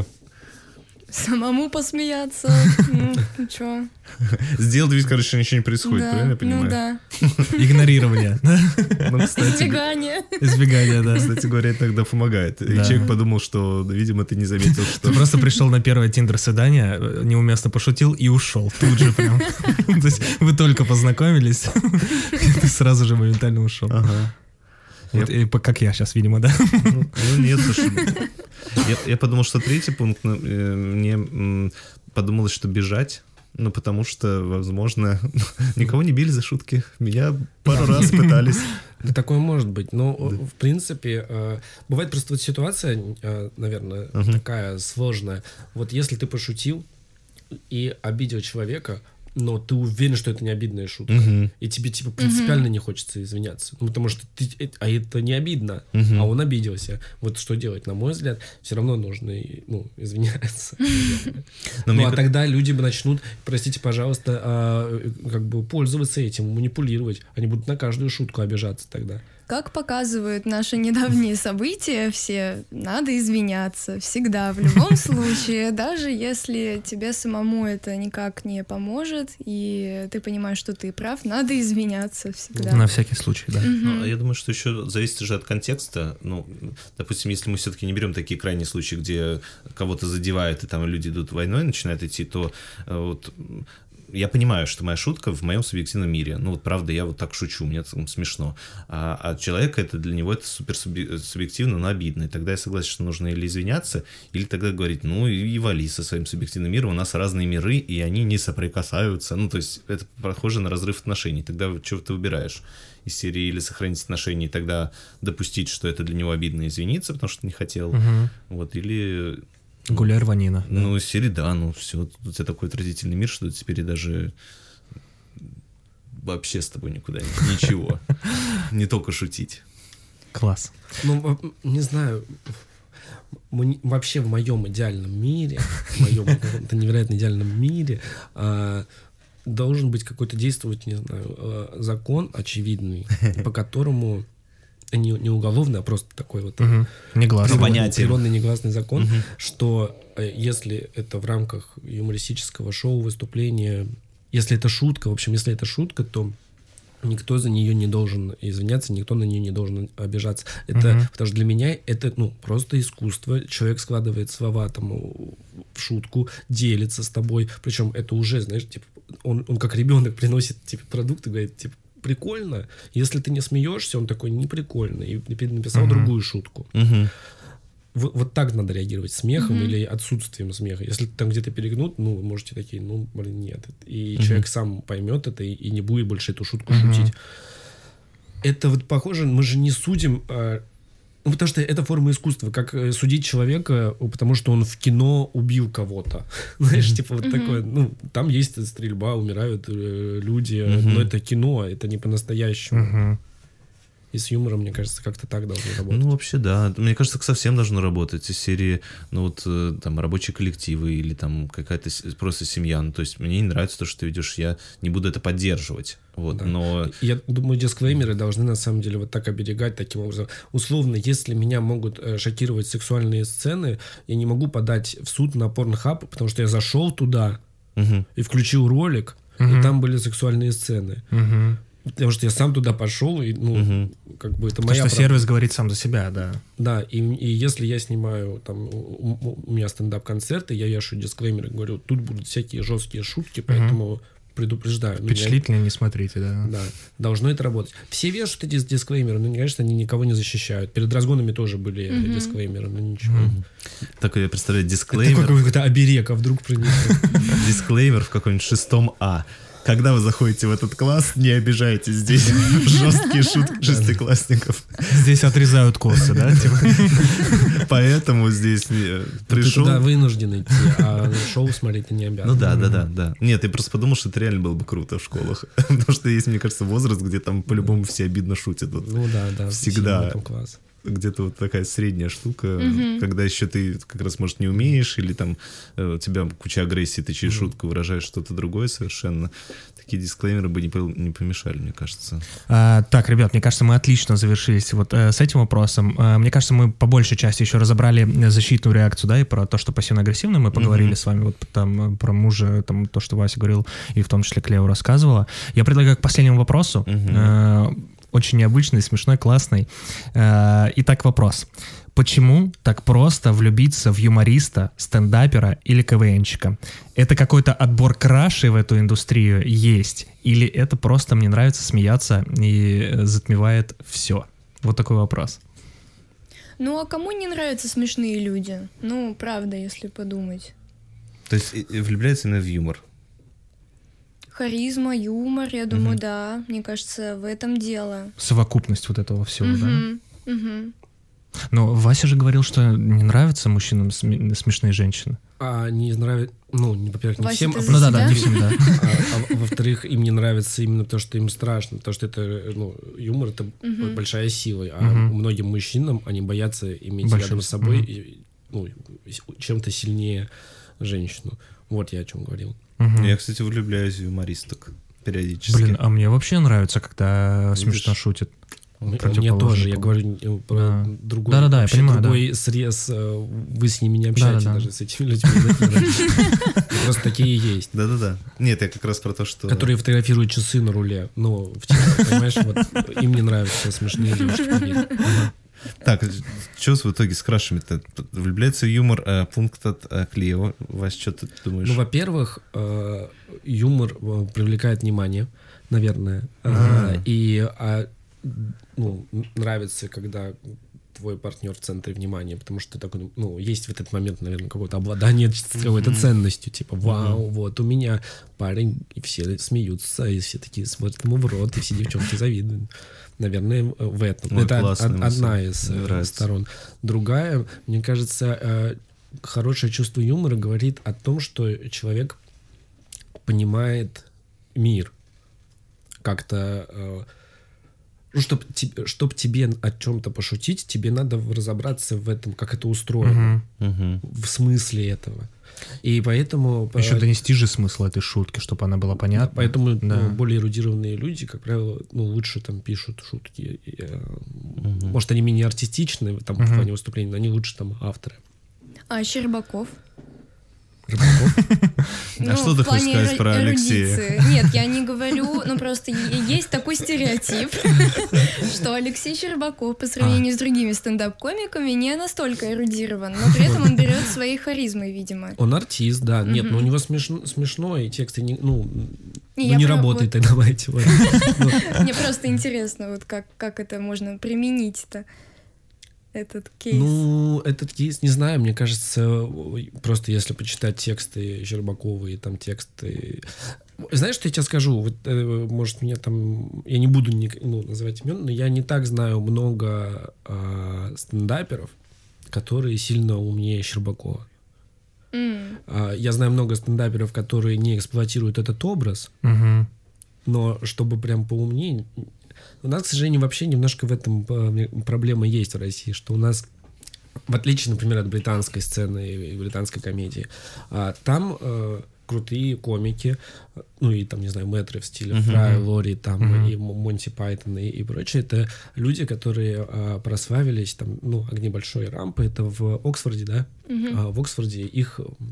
Самому посмеяться. Ну, чё? Сделать вид, короче, что ничего не происходит, да, правильно я понимаю? Ну да. Игнорирование. Ну, кстати, избегание. Избегание, да. Кстати говоря, это тогда помогает. Да. И человек подумал, что, видимо, ты не заметил, что... Ты просто пришел на первое тиндер-свидание, неуместно пошутил и ушел. Тут же прям. То есть вы только познакомились, ты сразу же моментально ушел. Ага. Вот, я... и, как я сейчас, видимо, да? Ну, ну нет, слушай. Я, я подумал, что третий пункт, ну, э, мне м, подумалось, что бежать. Ну, потому что, возможно, никого не били за шутки. Меня пару раз пытались. Да, такое может быть. Но, да. в принципе, э, бывает просто вот ситуация, э, наверное, uh-huh. такая сложная. Вот если ты пошутил и обидел человека, но ты уверен, что это не обидная шутка. Uh-huh. И тебе, типа, принципиально uh-huh. не хочется извиняться. Ну, потому что ты, а это не обидно, uh-huh. а он обиделся. Вот что делать? На мой взгляд, все равно нужно, ну, извиняться. Ну, а тогда люди начнут, простите, пожалуйста, как бы пользоваться этим, манипулировать. Они будут на каждую шутку обижаться тогда. Как показывают наши недавние события, все надо извиняться всегда, в любом случае, даже если тебе самому это никак не поможет, и ты понимаешь, что ты прав, надо извиняться всегда. На всякий случай, да. Угу. Ну, я думаю, что еще зависит же от контекста. Ну, допустим, если мы все-таки не берем такие крайние случаи, где кого-то задевают, и там люди идут войной, начинают идти, то вот... Я понимаю, что моя шутка в моем субъективном мире. Ну, вот правда, я вот так шучу, мне это смешно. А, а человека, это для него это супер субъективно, но обидно. И тогда я согласен, что нужно или извиняться, или тогда говорить, ну, и, и вали со своим субъективным миром. У нас разные миры, и они не соприкасаются. Ну, то есть, это похоже на разрыв отношений. Тогда что ты выбираешь? Из серии или сохранить отношения, и тогда допустить, что это для него обидно, и извиниться, потому что не хотел. Угу. Вот, или... Гуляй рванина. Ну, серии, да, ну все, у тебя такой отвратительный мир, что теперь даже вообще с тобой никуда ничего. Не только шутить. Класс. Ну, не знаю, вообще в моем идеальном мире, в моем каком-то невероятно идеальном мире должен быть какой-то действовать, не знаю, закон очевидный, по которому не, не уголовный, а просто такой вот угу. негласный. Природный, природный негласный закон, угу. что если это в рамках юмористического шоу, выступления, если это шутка, в общем, если это шутка, то никто за нее не должен извиняться, никто на нее не должен обижаться. Это, угу. потому что для меня это ну, просто искусство. Человек складывает слова там, в шутку, делится с тобой. Причем это уже, знаешь, типа, он, он как ребенок приносит типа, продукт и говорит, типа, прикольно. Если ты не смеешься, он такой, не прикольно. И написал uh-huh. другую шутку. Uh-huh. Вот, вот так надо реагировать. Смехом uh-huh. или отсутствием смеха. Если там где-то перегнут, ну, можете такие, ну, блин, нет. И uh-huh. человек сам поймет это и, и не будет больше эту шутку uh-huh. шутить. Это вот похоже, мы же не судим... А, ну, потому что это форма искусства. Как судить человека, потому что он в кино убил кого-то. Знаешь, типа вот такое. Ну, там есть стрельба, умирают э, люди, но это кино, это не по-настоящему. И с юмором, мне кажется, как-то так должно работать. Ну, вообще, да. Мне кажется, совсем должно работать из серии, ну, вот, там, рабочие коллективы или там какая-то просто семья. Ну, то есть мне не нравится то, что ты ведешь, я не буду это поддерживать. Вот, да. но... Я думаю, дисклеймеры должны, на самом деле, вот так оберегать таким образом. Условно, если меня могут шокировать сексуальные сцены, я не могу подать в суд на Pornhub, потому что я зашел туда угу. и включил ролик, угу. и там были сексуальные сцены. Угу. Потому что я сам туда пошел, и, ну, угу. как бы это Потому моя что правда. Сервис говорит сам за себя, да. Да, и, и если я снимаю, там, у, у меня стендап-концерты, я вешаю дисклеймеры, говорю, тут будут всякие жесткие шутки, поэтому угу. предупреждаю. Впечатлительно меня... не смотрите, да. Да, должно это работать. Все вешают эти дисклеймеры, но, конечно, они никого не защищают. Перед разгонами тоже были угу. дисклеймеры, но ничего. Угу. Так я представляю, дисклеймер... Это какой-то оберег, а вдруг принесет. Дисклеймер в каком-нибудь шестом А. Когда вы заходите в этот класс, не обижайте, здесь жесткие шутки шестиклассников. Здесь отрезают косы, да? Поэтому здесь пришел... Ты туда вынужден идти, а шоу смотреть ты не обязан. Ну да, да, да, да. Нет, я просто подумал, что это реально было бы круто в школах. Потому что есть, мне кажется, возраст, где там по-любому все обидно шутят. Ну да, да. Всегда. Где-то вот такая средняя штука, mm-hmm. когда еще ты как раз, может, не умеешь, или там э, у тебя куча агрессии, ты через mm-hmm. шутку выражаешь что-то другое совершенно. Такие дисклеймеры бы не, по- не помешали, мне кажется. А, так, ребят, мне кажется, мы отлично завершились вот э, с этим вопросом. А, мне кажется, мы по большей части еще разобрали защитную реакцию, да, и про то, что пассивно-агрессивно мы поговорили mm-hmm. с вами, вот там про мужа, там то, что Вася говорил, и в том числе Клео рассказывала. Я предлагаю к последнему вопросу. Mm-hmm. Э, Очень необычный, смешной, классный. Итак, вопрос. Почему так просто влюбиться в юмориста, стендапера или КВНщика? Это какой-то отбор крашей в эту индустрию есть? Или это просто мне нравится смеяться и затмевает все? Вот такой вопрос. Ну, а кому не нравятся смешные люди? Ну, правда, если подумать. То есть влюбляется именно в юмор? Харизма, юмор, я думаю, угу. да. Мне кажется, в этом дело. Совокупность вот этого всего, угу. да? Угу. Но Вася же говорил, что не нравятся мужчинам см- смешные женщины. А не нравится, ну, во-первых, не Вася, всем. А, ну да, да, не всем, да. А, а во-вторых, им не нравится именно то, что им страшно, потому что это, ну, юмор это угу. большая сила, а угу. многим мужчинам они боятся иметь Большой. рядом с собой угу. ну, чем-то сильнее женщину. Вот я о чем говорил. Угу. Я, кстати, влюбляюсь в юмористок периодически. Блин, а мне вообще нравится, когда Видишь? смешно шутят. Мне тоже, я говорю про да. другой, да, да, да, я понимаю, другой да. срез. Вы с ними не общаетесь да, да, даже да. с этими людьми. Просто такие есть. Да-да-да. Нет, я как раз про то, что... Которые фотографируют часы на руле. Ну, в теле, понимаешь, вот им не нравятся смешные девушки. Так, что в итоге с крашами-то? Влюбляется в юмор, а, пункт от а, Клео. Вась, что ты думаешь? Ну, во-первых, э, юмор привлекает внимание, наверное. А-а-а. И а, ну, нравится, когда твой партнер в центре внимания, потому что ты такой, ну, есть в этот момент, наверное, какое-то обладание какой-то ценностью, типа, вау, вот у меня парень, и все смеются, и все такие смотрят ему в рот, и все девчонки завидуют. Наверное, в этом. Ой, это классно, од- одна из нравится. сторон. Другая, мне кажется, хорошее чувство юмора говорит о том, что человек понимает мир как-то. Э, ну, чтобы чтоб тебе о чем-то пошутить, тебе надо разобраться в этом, как это устроено, Мгм. в смысле этого. И поэтому... Еще э, донести же смысл этой шутки, чтобы она была понятна. Поэтому Да. ну, более эрудированные люди, как правило, ну, лучше там пишут шутки. И, э, Может, они менее артистичны там, в Мгм. плане выступлений, но они лучше там авторы. А Щербаков? А что ты в плане хочешь сказать эро- про Алексея? эрудиции. Нет, я не говорю, ну просто е- есть такой стереотип, что Алексей Щербаков по сравнению с другими стендап-комиками не настолько эрудирован, но при этом он берет своей харизмой, видимо. Он артист, да. Нет, Мгм. но у него смешно, смешно и тексты не, ну, Не, ну, я не про- работает вот- тогда, давайте. ладно. Ну, Мне просто интересно, вот как, как это можно применить-то, этот кейс. Ну, этот кейс, не знаю, мне кажется, ой, просто если почитать тексты Щербакова и там тексты... Знаешь, что я тебе скажу? Вот, э, может, меня там... Я не буду ни- ну, называть имен, но я не так знаю много э, стендаперов, которые сильно умнее Щербакова. М. А, Я знаю много стендаперов, которые не эксплуатируют этот образ, Мгм. но чтобы прям поумнее... У нас, к сожалению, вообще немножко в этом э, проблема есть в России, что у нас, в отличие, например, от британской сцены и британской комедии, а, там э, крутые комики, э, ну и там, не знаю, мэтры в стиле Мгм. Фрая, Лори, там, Мгм. и М- Монти Пайтон и, и прочее, это люди, которые э, прославились, там, ну, «Огни большой рампы», это в Оксфорде, да? Мгм. А, в Оксфорде их м,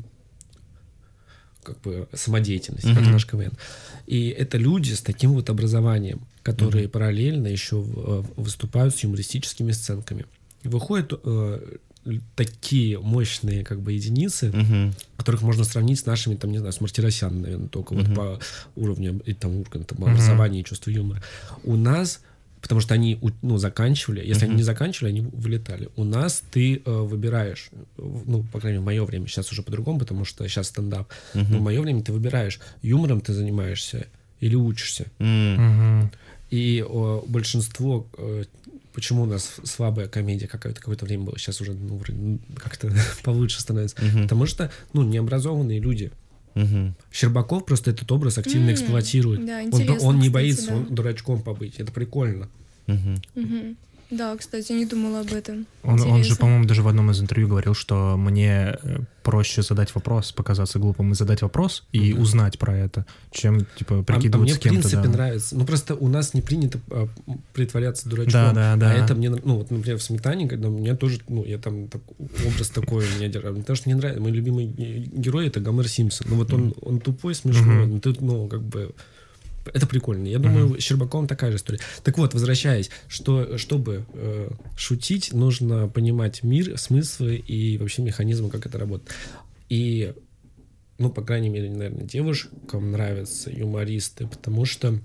как бы самодеятельность, Мгм. как наш КВН. И это люди с таким вот образованием, которые параллельно еще в- выступают с юмористическими сценками. И выходят э, такие мощные как бы единицы, Мгм. которых можно сравнить с нашими, там, не знаю, с Мартиросяном, наверное, только Мгм. вот по уровню и там Урганта, по образованию и чувству юмора. У нас, потому что они у- ну, заканчивали, если они Мгм. не заканчивали, они вылетали. У нас ты э, выбираешь, э, ну, по крайней мере, в мое время, сейчас уже по-другому, потому что сейчас стендап, но в мое время ты выбираешь, юмором ты занимаешься или учишься. М. Мгм. И о, большинство, э, почему у нас слабая комедия какое-то, какое-то время было, сейчас уже ну, вроде, ну, как-то получше становится, Мгм. потому что, ну, необразованные люди. Мгм. Щербаков просто этот образ активно М, эксплуатирует. да, он, интересно, он не кстати, боится, да. он дурачком побыть. Это прикольно. Мгм. Мгм. Да, кстати, не думала об этом. Он, он же, Интересно. по-моему, даже в одном из интервью говорил, что мне э, проще задать вопрос, показаться глупым и задать вопрос и Мгм. узнать про это, чем, типа, А, а прикидываться мне, в кем-то. принципе, да. нравится. Ну, просто у нас не принято а, притворяться дурачком. Да, да, да. А это мне, нрав- ну, вот, например, в «Сметане», когда у меня тоже, ну, я там так- образ такой у меня держал. Потому что мне нравится. Мой любимый ге- герой — это Гомер Симпсон. Ну, вот он, он тупой, смешной, Мгм. но ты, ну, как бы... Это прикольно. Я думаю, с Щербаковым такая же история. Так вот, возвращаясь, что, чтобы э, шутить, нужно понимать мир, смыслы и вообще механизмы, как это работает. И, ну, по крайней мере, наверное, девушкам нравятся юмористы, потому что,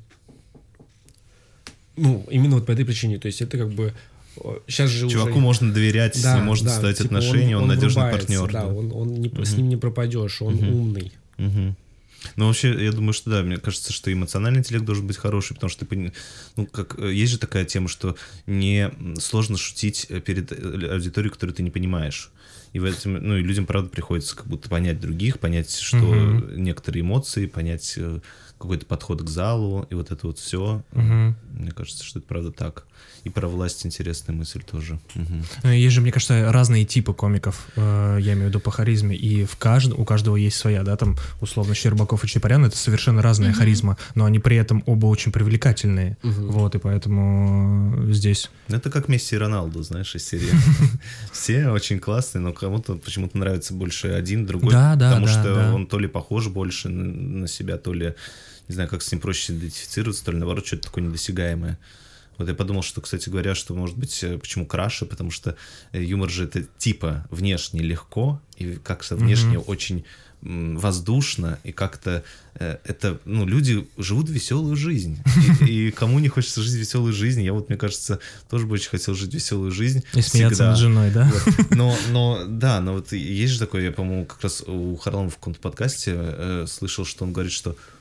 ну, именно вот по этой причине. То есть это как бы... Сейчас же Чуваку уже... можно доверять, с Да, ним можно да, стать типа отношения, он, надежный врубается, партнер. Да, да. он, он не, с Мгм. ним не пропадешь, он Мгм. умный. Мгм. Ну, вообще, я думаю, что да, мне кажется, что эмоциональный интеллект должен быть хороший, потому что ты, пони- ну, как, э, есть же такая тема, что не м, сложно шутить э, перед э, аудиторией, которую ты не понимаешь. И в этом, ну, и людям, правда, приходится как будто понять других, понять, что Мгм. некоторые эмоции, понять э, какой-то подход к залу, и вот это вот все. Мгм. Мне кажется, что это правда так. И про власть интересная мысль тоже. Мгм. Ну, есть же, мне кажется, разные типы комиков, э, я имею в виду по харизме, и в кажд... у каждого есть своя, да, там, условно, Щербаков и Чапарян — это совершенно разная Мгм. харизма, но они при этом оба очень привлекательные, Мгм. вот, и поэтому э, здесь... Ну, это как Месси и Роналду, знаешь, из серии. Все очень классные, но кому-то почему-то нравится больше один, другой. Да, да, потому да, что да. он то ли похож больше на, на себя, то ли, не знаю, как с ним проще идентифицироваться, то ли, наоборот, что-то такое недосягаемое. Вот я подумал, что, кстати говоря, что, может быть, э, почему краше, потому что э, юмор же это типа внешне легко, и как-то внешне Мгм. очень м, воздушно, и как-то э, это, ну, люди живут веселую жизнь. И, и кому не хочется жить веселую жизнь, я вот, мне кажется, тоже бы очень хотел жить веселую жизнь. И смеяться всегда. над женой, да? Вот. Но, но, да, но вот есть же такое, я, по-моему, как раз у Харламова в каком-то подкасте э, слышал, что он говорит, что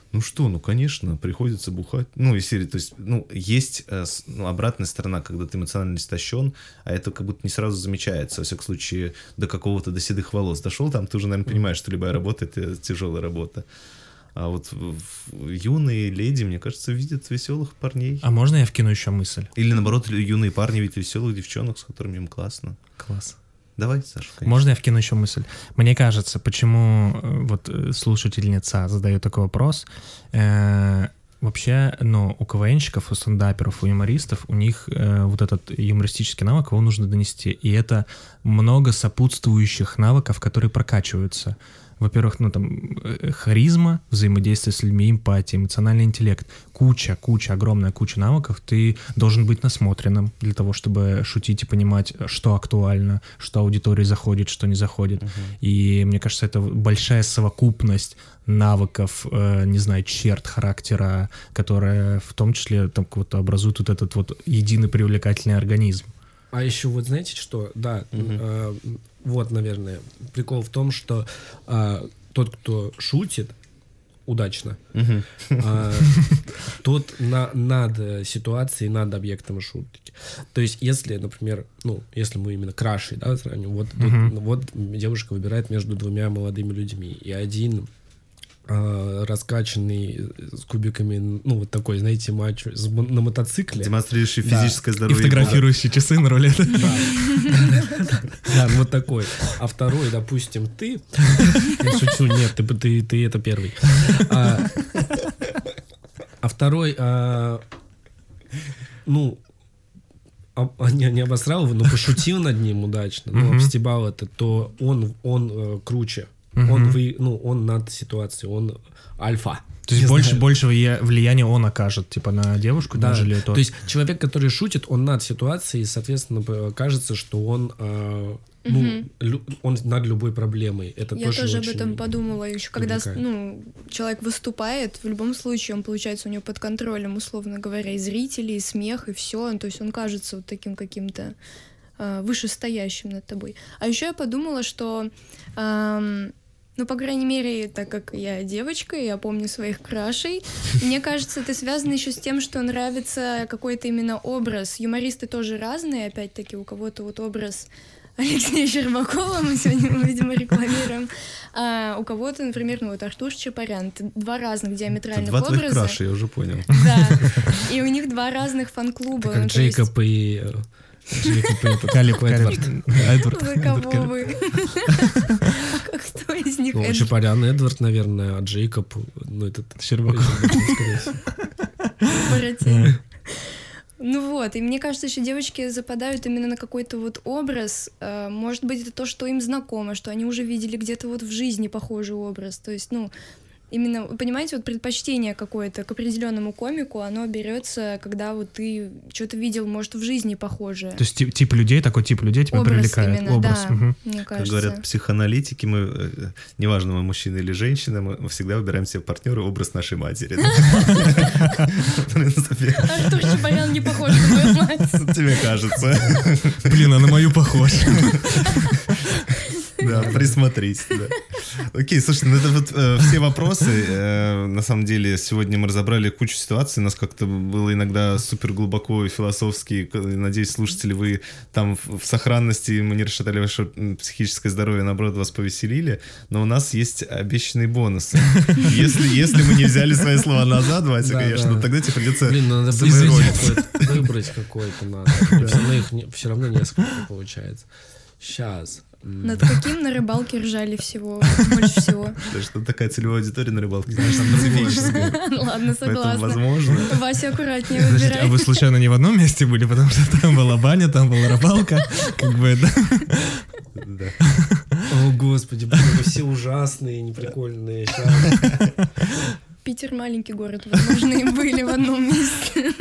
Ну что, ну конечно, приходится бухать. Ну, и серии, то есть, ну, есть э, с- ну, обратная сторона, когда ты эмоционально истощен, а это как будто не сразу замечается, во всяком случае, до какого-то, до седых волос дошел, там ты уже, наверное, понимаешь, что любая работа — это тяжелая работа. А вот в- в- юные леди, мне кажется, видят веселых парней. А можно я вкину еще мысль? Или наоборот, юные парни видят веселых девчонок, с которыми им классно. Класс. Давай, Саша, конечно. Можно я вкину еще мысль? Мне кажется, почему э, вот э, слушательница задает такой вопрос. Э, вообще, ну, у КВНщиков, у стендаперов, у юмористов, у них э, вот этот юмористический навык, его нужно донести. И это много сопутствующих навыков, которые прокачиваются. Во-первых, ну там э, харизма, взаимодействие с людьми, эмпатия, эмоциональный интеллект. Куча, куча, огромная куча навыков. Ты должен быть насмотренным для того, чтобы шутить и понимать, что актуально, что аудитории заходит, что не заходит. Uh-huh. И мне кажется, это большая совокупность навыков, э, не знаю, черт характера, которые в том числе там вот образуют вот этот вот единый привлекательный организм. А еще вот знаете что? Да, Мгм. э, вот, наверное, прикол в том, что э, тот, кто шутит удачно, Мгм. э, тот на, над э, ситуацией, над объектом шутки. То есть, если, например, ну, если мы именно крашей, да, сравним, вот, Мгм. вот, вот девушка выбирает между двумя молодыми людьми, и один э, раскачанный с кубиками, ну, вот такой, знаете, мачо с мо- на мотоцикле. Демонстрирующий Да. физическое И здоровье. фотографирующие часы на рулете. Да, ну вот такой. А второй, допустим, ты. Я шучу, нет, ты, ты, ты это первый. А, а второй, а, ну, а- а не, не обосрал его, но пошутил над ним удачно, ну, Мгм. обстебал это, то он, он э, круче. Мгм. Он, вы, ну, он над ситуацией, он альфа. То есть Не больше, знаю. больше влия- влияния он окажет, типа, на девушку, Да, нежели тот. то есть человек, который шутит, он над ситуацией, и, соответственно, п- кажется, что он, э, ну, Мгм. лю- он над любой проблемой. Это Я тоже, тоже об очень этом подумала еще, когда с- привлекает. ну, человек выступает, в любом случае он, получается, у него под контролем, условно говоря, и зрители, и смех, и все. То есть он кажется вот таким каким-то э, вышестоящим над тобой. А еще я подумала, что, эм, ну, по крайней мере, так как я девочка, и я помню своих крашей, мне кажется, это связано еще с тем, что нравится какой-то именно образ. Юмористы тоже разные, опять-таки, у кого-то вот образ Алексея Щербакова мы сегодня, видимо, рекламируем. А у кого-то, например, ну вот Артур Чапарян. Это два разных Это диаметральных два твоих образа. краша, я уже понял. Да. И у них два разных фан-клуба. Это как ну, то есть- Джейкоб и... э, Джейкоб и Калиб, Эдвард. Калиб, Эдвард. За Эдвард кого Калиб. вы? А кто из них? Ну, Эд- Чапарян, Эдвард, наверное, а Джейкоб, ну, этот... Щербаков. скорее всего. Буратино. Ну вот, и мне кажется, еще девочки западают именно на какой-то вот образ. Э, Может быть, это то, что им знакомо, что они уже видели где-то вот в жизни похожий образ. То есть, ну, именно, вы понимаете, вот предпочтение какое-то к определенному комику, оно берется, когда вот ты что-то видел, может, в жизни похожее. То есть тип, тип людей, такой тип людей тебя Образ привлекает. именно, Образ. да, мгм. мне Как кажется. говорят психоаналитики, мы, э, неважно, мы мужчина или женщина, мы всегда выбираем себе партнера образ нашей матери. В принципе, Артур Чапарян не похож на мою мать. тебе кажется. Блин, а на мою похож. Да, присмотрись, да. Окей, слушай, ну это вот э, все вопросы. Э, на самом деле, сегодня мы разобрали кучу ситуаций. У нас как-то было иногда супер глубоко и философски. К- Надеюсь, слушатели, вы там в, в сохранности, мы не расшатали ваше м, психическое здоровье, наоборот, вас повеселили. Но у нас есть обещанные бонусы. Если, если мы не взяли свои слова назад, Вася, Да, конечно, да. тогда тебе придется Блин, ну надо заморозить. выбрать какой-то, выбрать какой-то надо. Все равно, их не- все равно несколько получается. Сейчас. Над каким на рыбалке ржали всего, больше всего? Потому что такая целевая аудитория на рыбалке, знаешь, специфическая. Ладно, Поэтому, согласна. возможно... Вася, аккуратнее Подождите, а выбирай. вы случайно не в одном месте были? Потому что там была баня, там была рыбалка. Как бы, да. Да. О, господи, блин, вы все ужасные, неприкольные. Щас. Питер маленький город, возможно, и были в одном месте.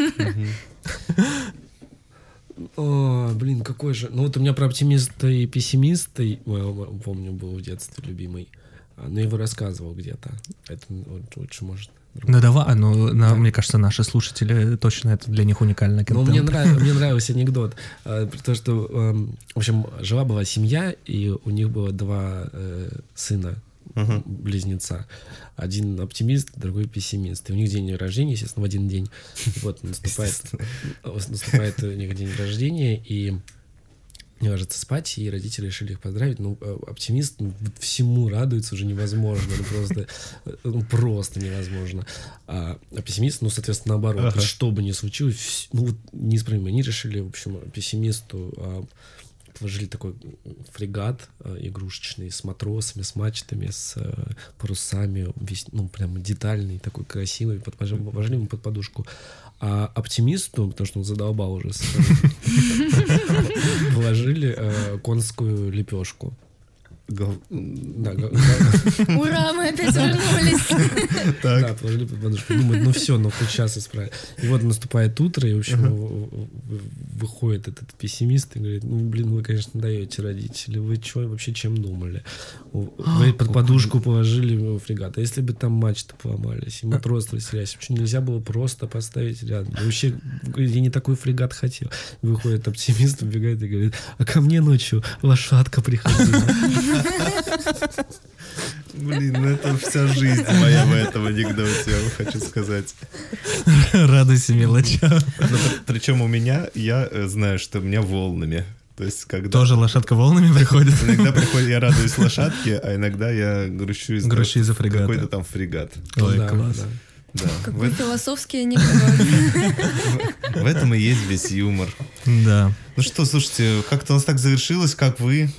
О, блин, какой же... Ну вот у меня про оптимиста и пессимиста, и- ой, помню, был в детстве любимый. А, Но я его рассказывал где-то. Это вот лучше может... Ну давай, ну, на- мне кажется, наши слушатели, точно это для них уникальный Ну, контент. мне, нрав- мне нравился анекдот. а, про то, что, эм, в общем, жила-была семья, и у них было два э, сына. uh-huh. близнеца. Один оптимист, другой пессимист. И у них день рождения, естественно, в один день. Вот наступает, наступает у них день рождения, и мне ложится спать, и родители решили их поздравить. Ну, оптимист ну, всему радуется уже невозможно. Ну, просто, ну, просто невозможно. А, а пессимист, ну, соответственно, наоборот. Ага. Что бы ни случилось, ну, вот неисправимо. Они решили, в общем, пессимисту а, положили такой фрегат а, игрушечный с матросами, с мачтами, с а, парусами. Весь, ну, прям детальный, такой красивый. Под, положили ему под подушку. А оптимисту, потому что он задолбал уже, положили конскую лепешку. Гол... Да, гол... Ура, мы опять вернулись. Да, положили под подушку. Думают, ну все, ну хоть сейчас исправить. И вот наступает утро, и, в общем, выходит этот пессимист и говорит, ну, блин, вы, конечно, даете, родители. Вы что, вообще чем думали? Вы под подушку положили фрегат. А если бы там мачты поломались, и матросы растерялись, почему нельзя было просто поставить рядом? И вообще, я не такой фрегат хотел. Выходит оптимист, убегает и говорит, а ко мне ночью лошадка приходила. Блин, ну это вся жизнь моя в этом анекдоте, я вам хочу сказать. Радуйся мелочам. Причем у меня, я знаю, что у меня волнами. То есть, когда... Тоже лошадка волнами приходит? Иногда приходит, я радуюсь лошадке, а иногда я грущу из-за, грущу из-за фрегата. Какой-то там фрегат. Ой, да, класс. Да. Да. Какой философский анекдот. В этом и есть весь юмор. Да. Ну что, слушайте, как-то у нас так завершилось, как вы...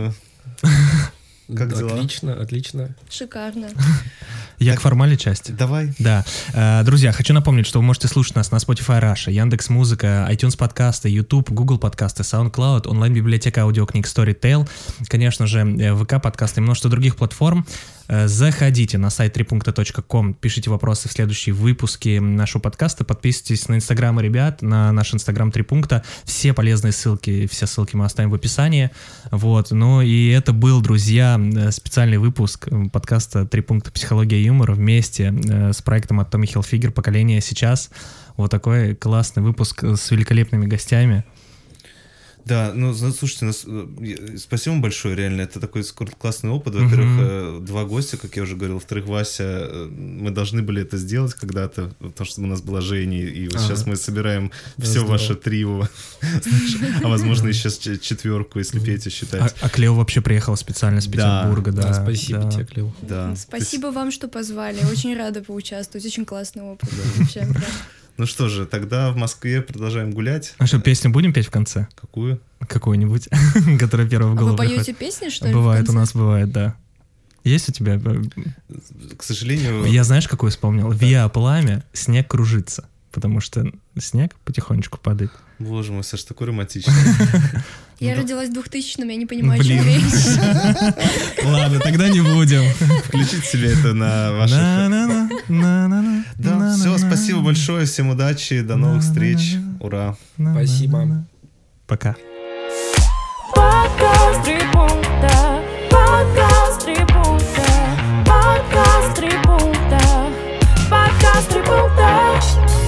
Как дела? Отлично, отлично. Шикарно. Я к формальной части. Давай. Да. Друзья, хочу напомнить, что вы можете слушать нас на Spotify Russia, Яндекс.Музыка, iTunes подкасты, YouTube, Google подкасты, SoundCloud, онлайн-библиотека аудиокниг Storytel, конечно же, ВК подкасты и множество других платформ. Заходите на сайт три пункта точка ком, пишите вопросы в следующие выпуски нашего подкаста, подписывайтесь на инстаграмы ребят, на наш инстаграм три пункта. Все полезные ссылки, все ссылки мы оставим в описании. Вот. Ну и это был, друзья, специальный выпуск подкаста «Три пункта. Психология и юмор» вместе с проектом от Tommy Hilfiger «Поколение сейчас». Вот такой классный выпуск с великолепными гостями. Да, ну, слушайте, нас, спасибо вам большое, реально, это такой классный опыт. Во-первых, mm-hmm. два гостя, как я уже говорил, во-вторых, Вася, мы должны были это сделать когда-то, потому что у нас была Женя, и вот а-га. Сейчас мы собираем да, все здорово. Ваше трио, а возможно еще четверку, если Петя считать. А Клео вообще приехал специально с Петербурга, да. Спасибо тебе, Клео. Спасибо вам, что позвали, очень рада поучаствовать, очень классный опыт. Вообще, прям. Ну что же, тогда в Москве продолжаем гулять. А что, песню будем петь в конце? Какую? Какую-нибудь, которая первая в голову приходит. А вы поете песни, что ли? Бывает, у нас бывает, да. Есть у тебя? К сожалению... Я знаешь, какую вспомнил? «Виа пламя, снег кружится». Потому что снег потихонечку падает. Боже мой, Саш, такой романтичный. Я родилась в двухтысячном, я не понимаю, о чем речь. Ладно, тогда не будем. Включите себе это на ваших... Да, все, спасибо большое, всем удачи, до новых встреч, ура. Спасибо. Пока. Подкаст «Три пункта», подкаст «Три пункта», подкаст «Три пункта», подкаст «Три пункта».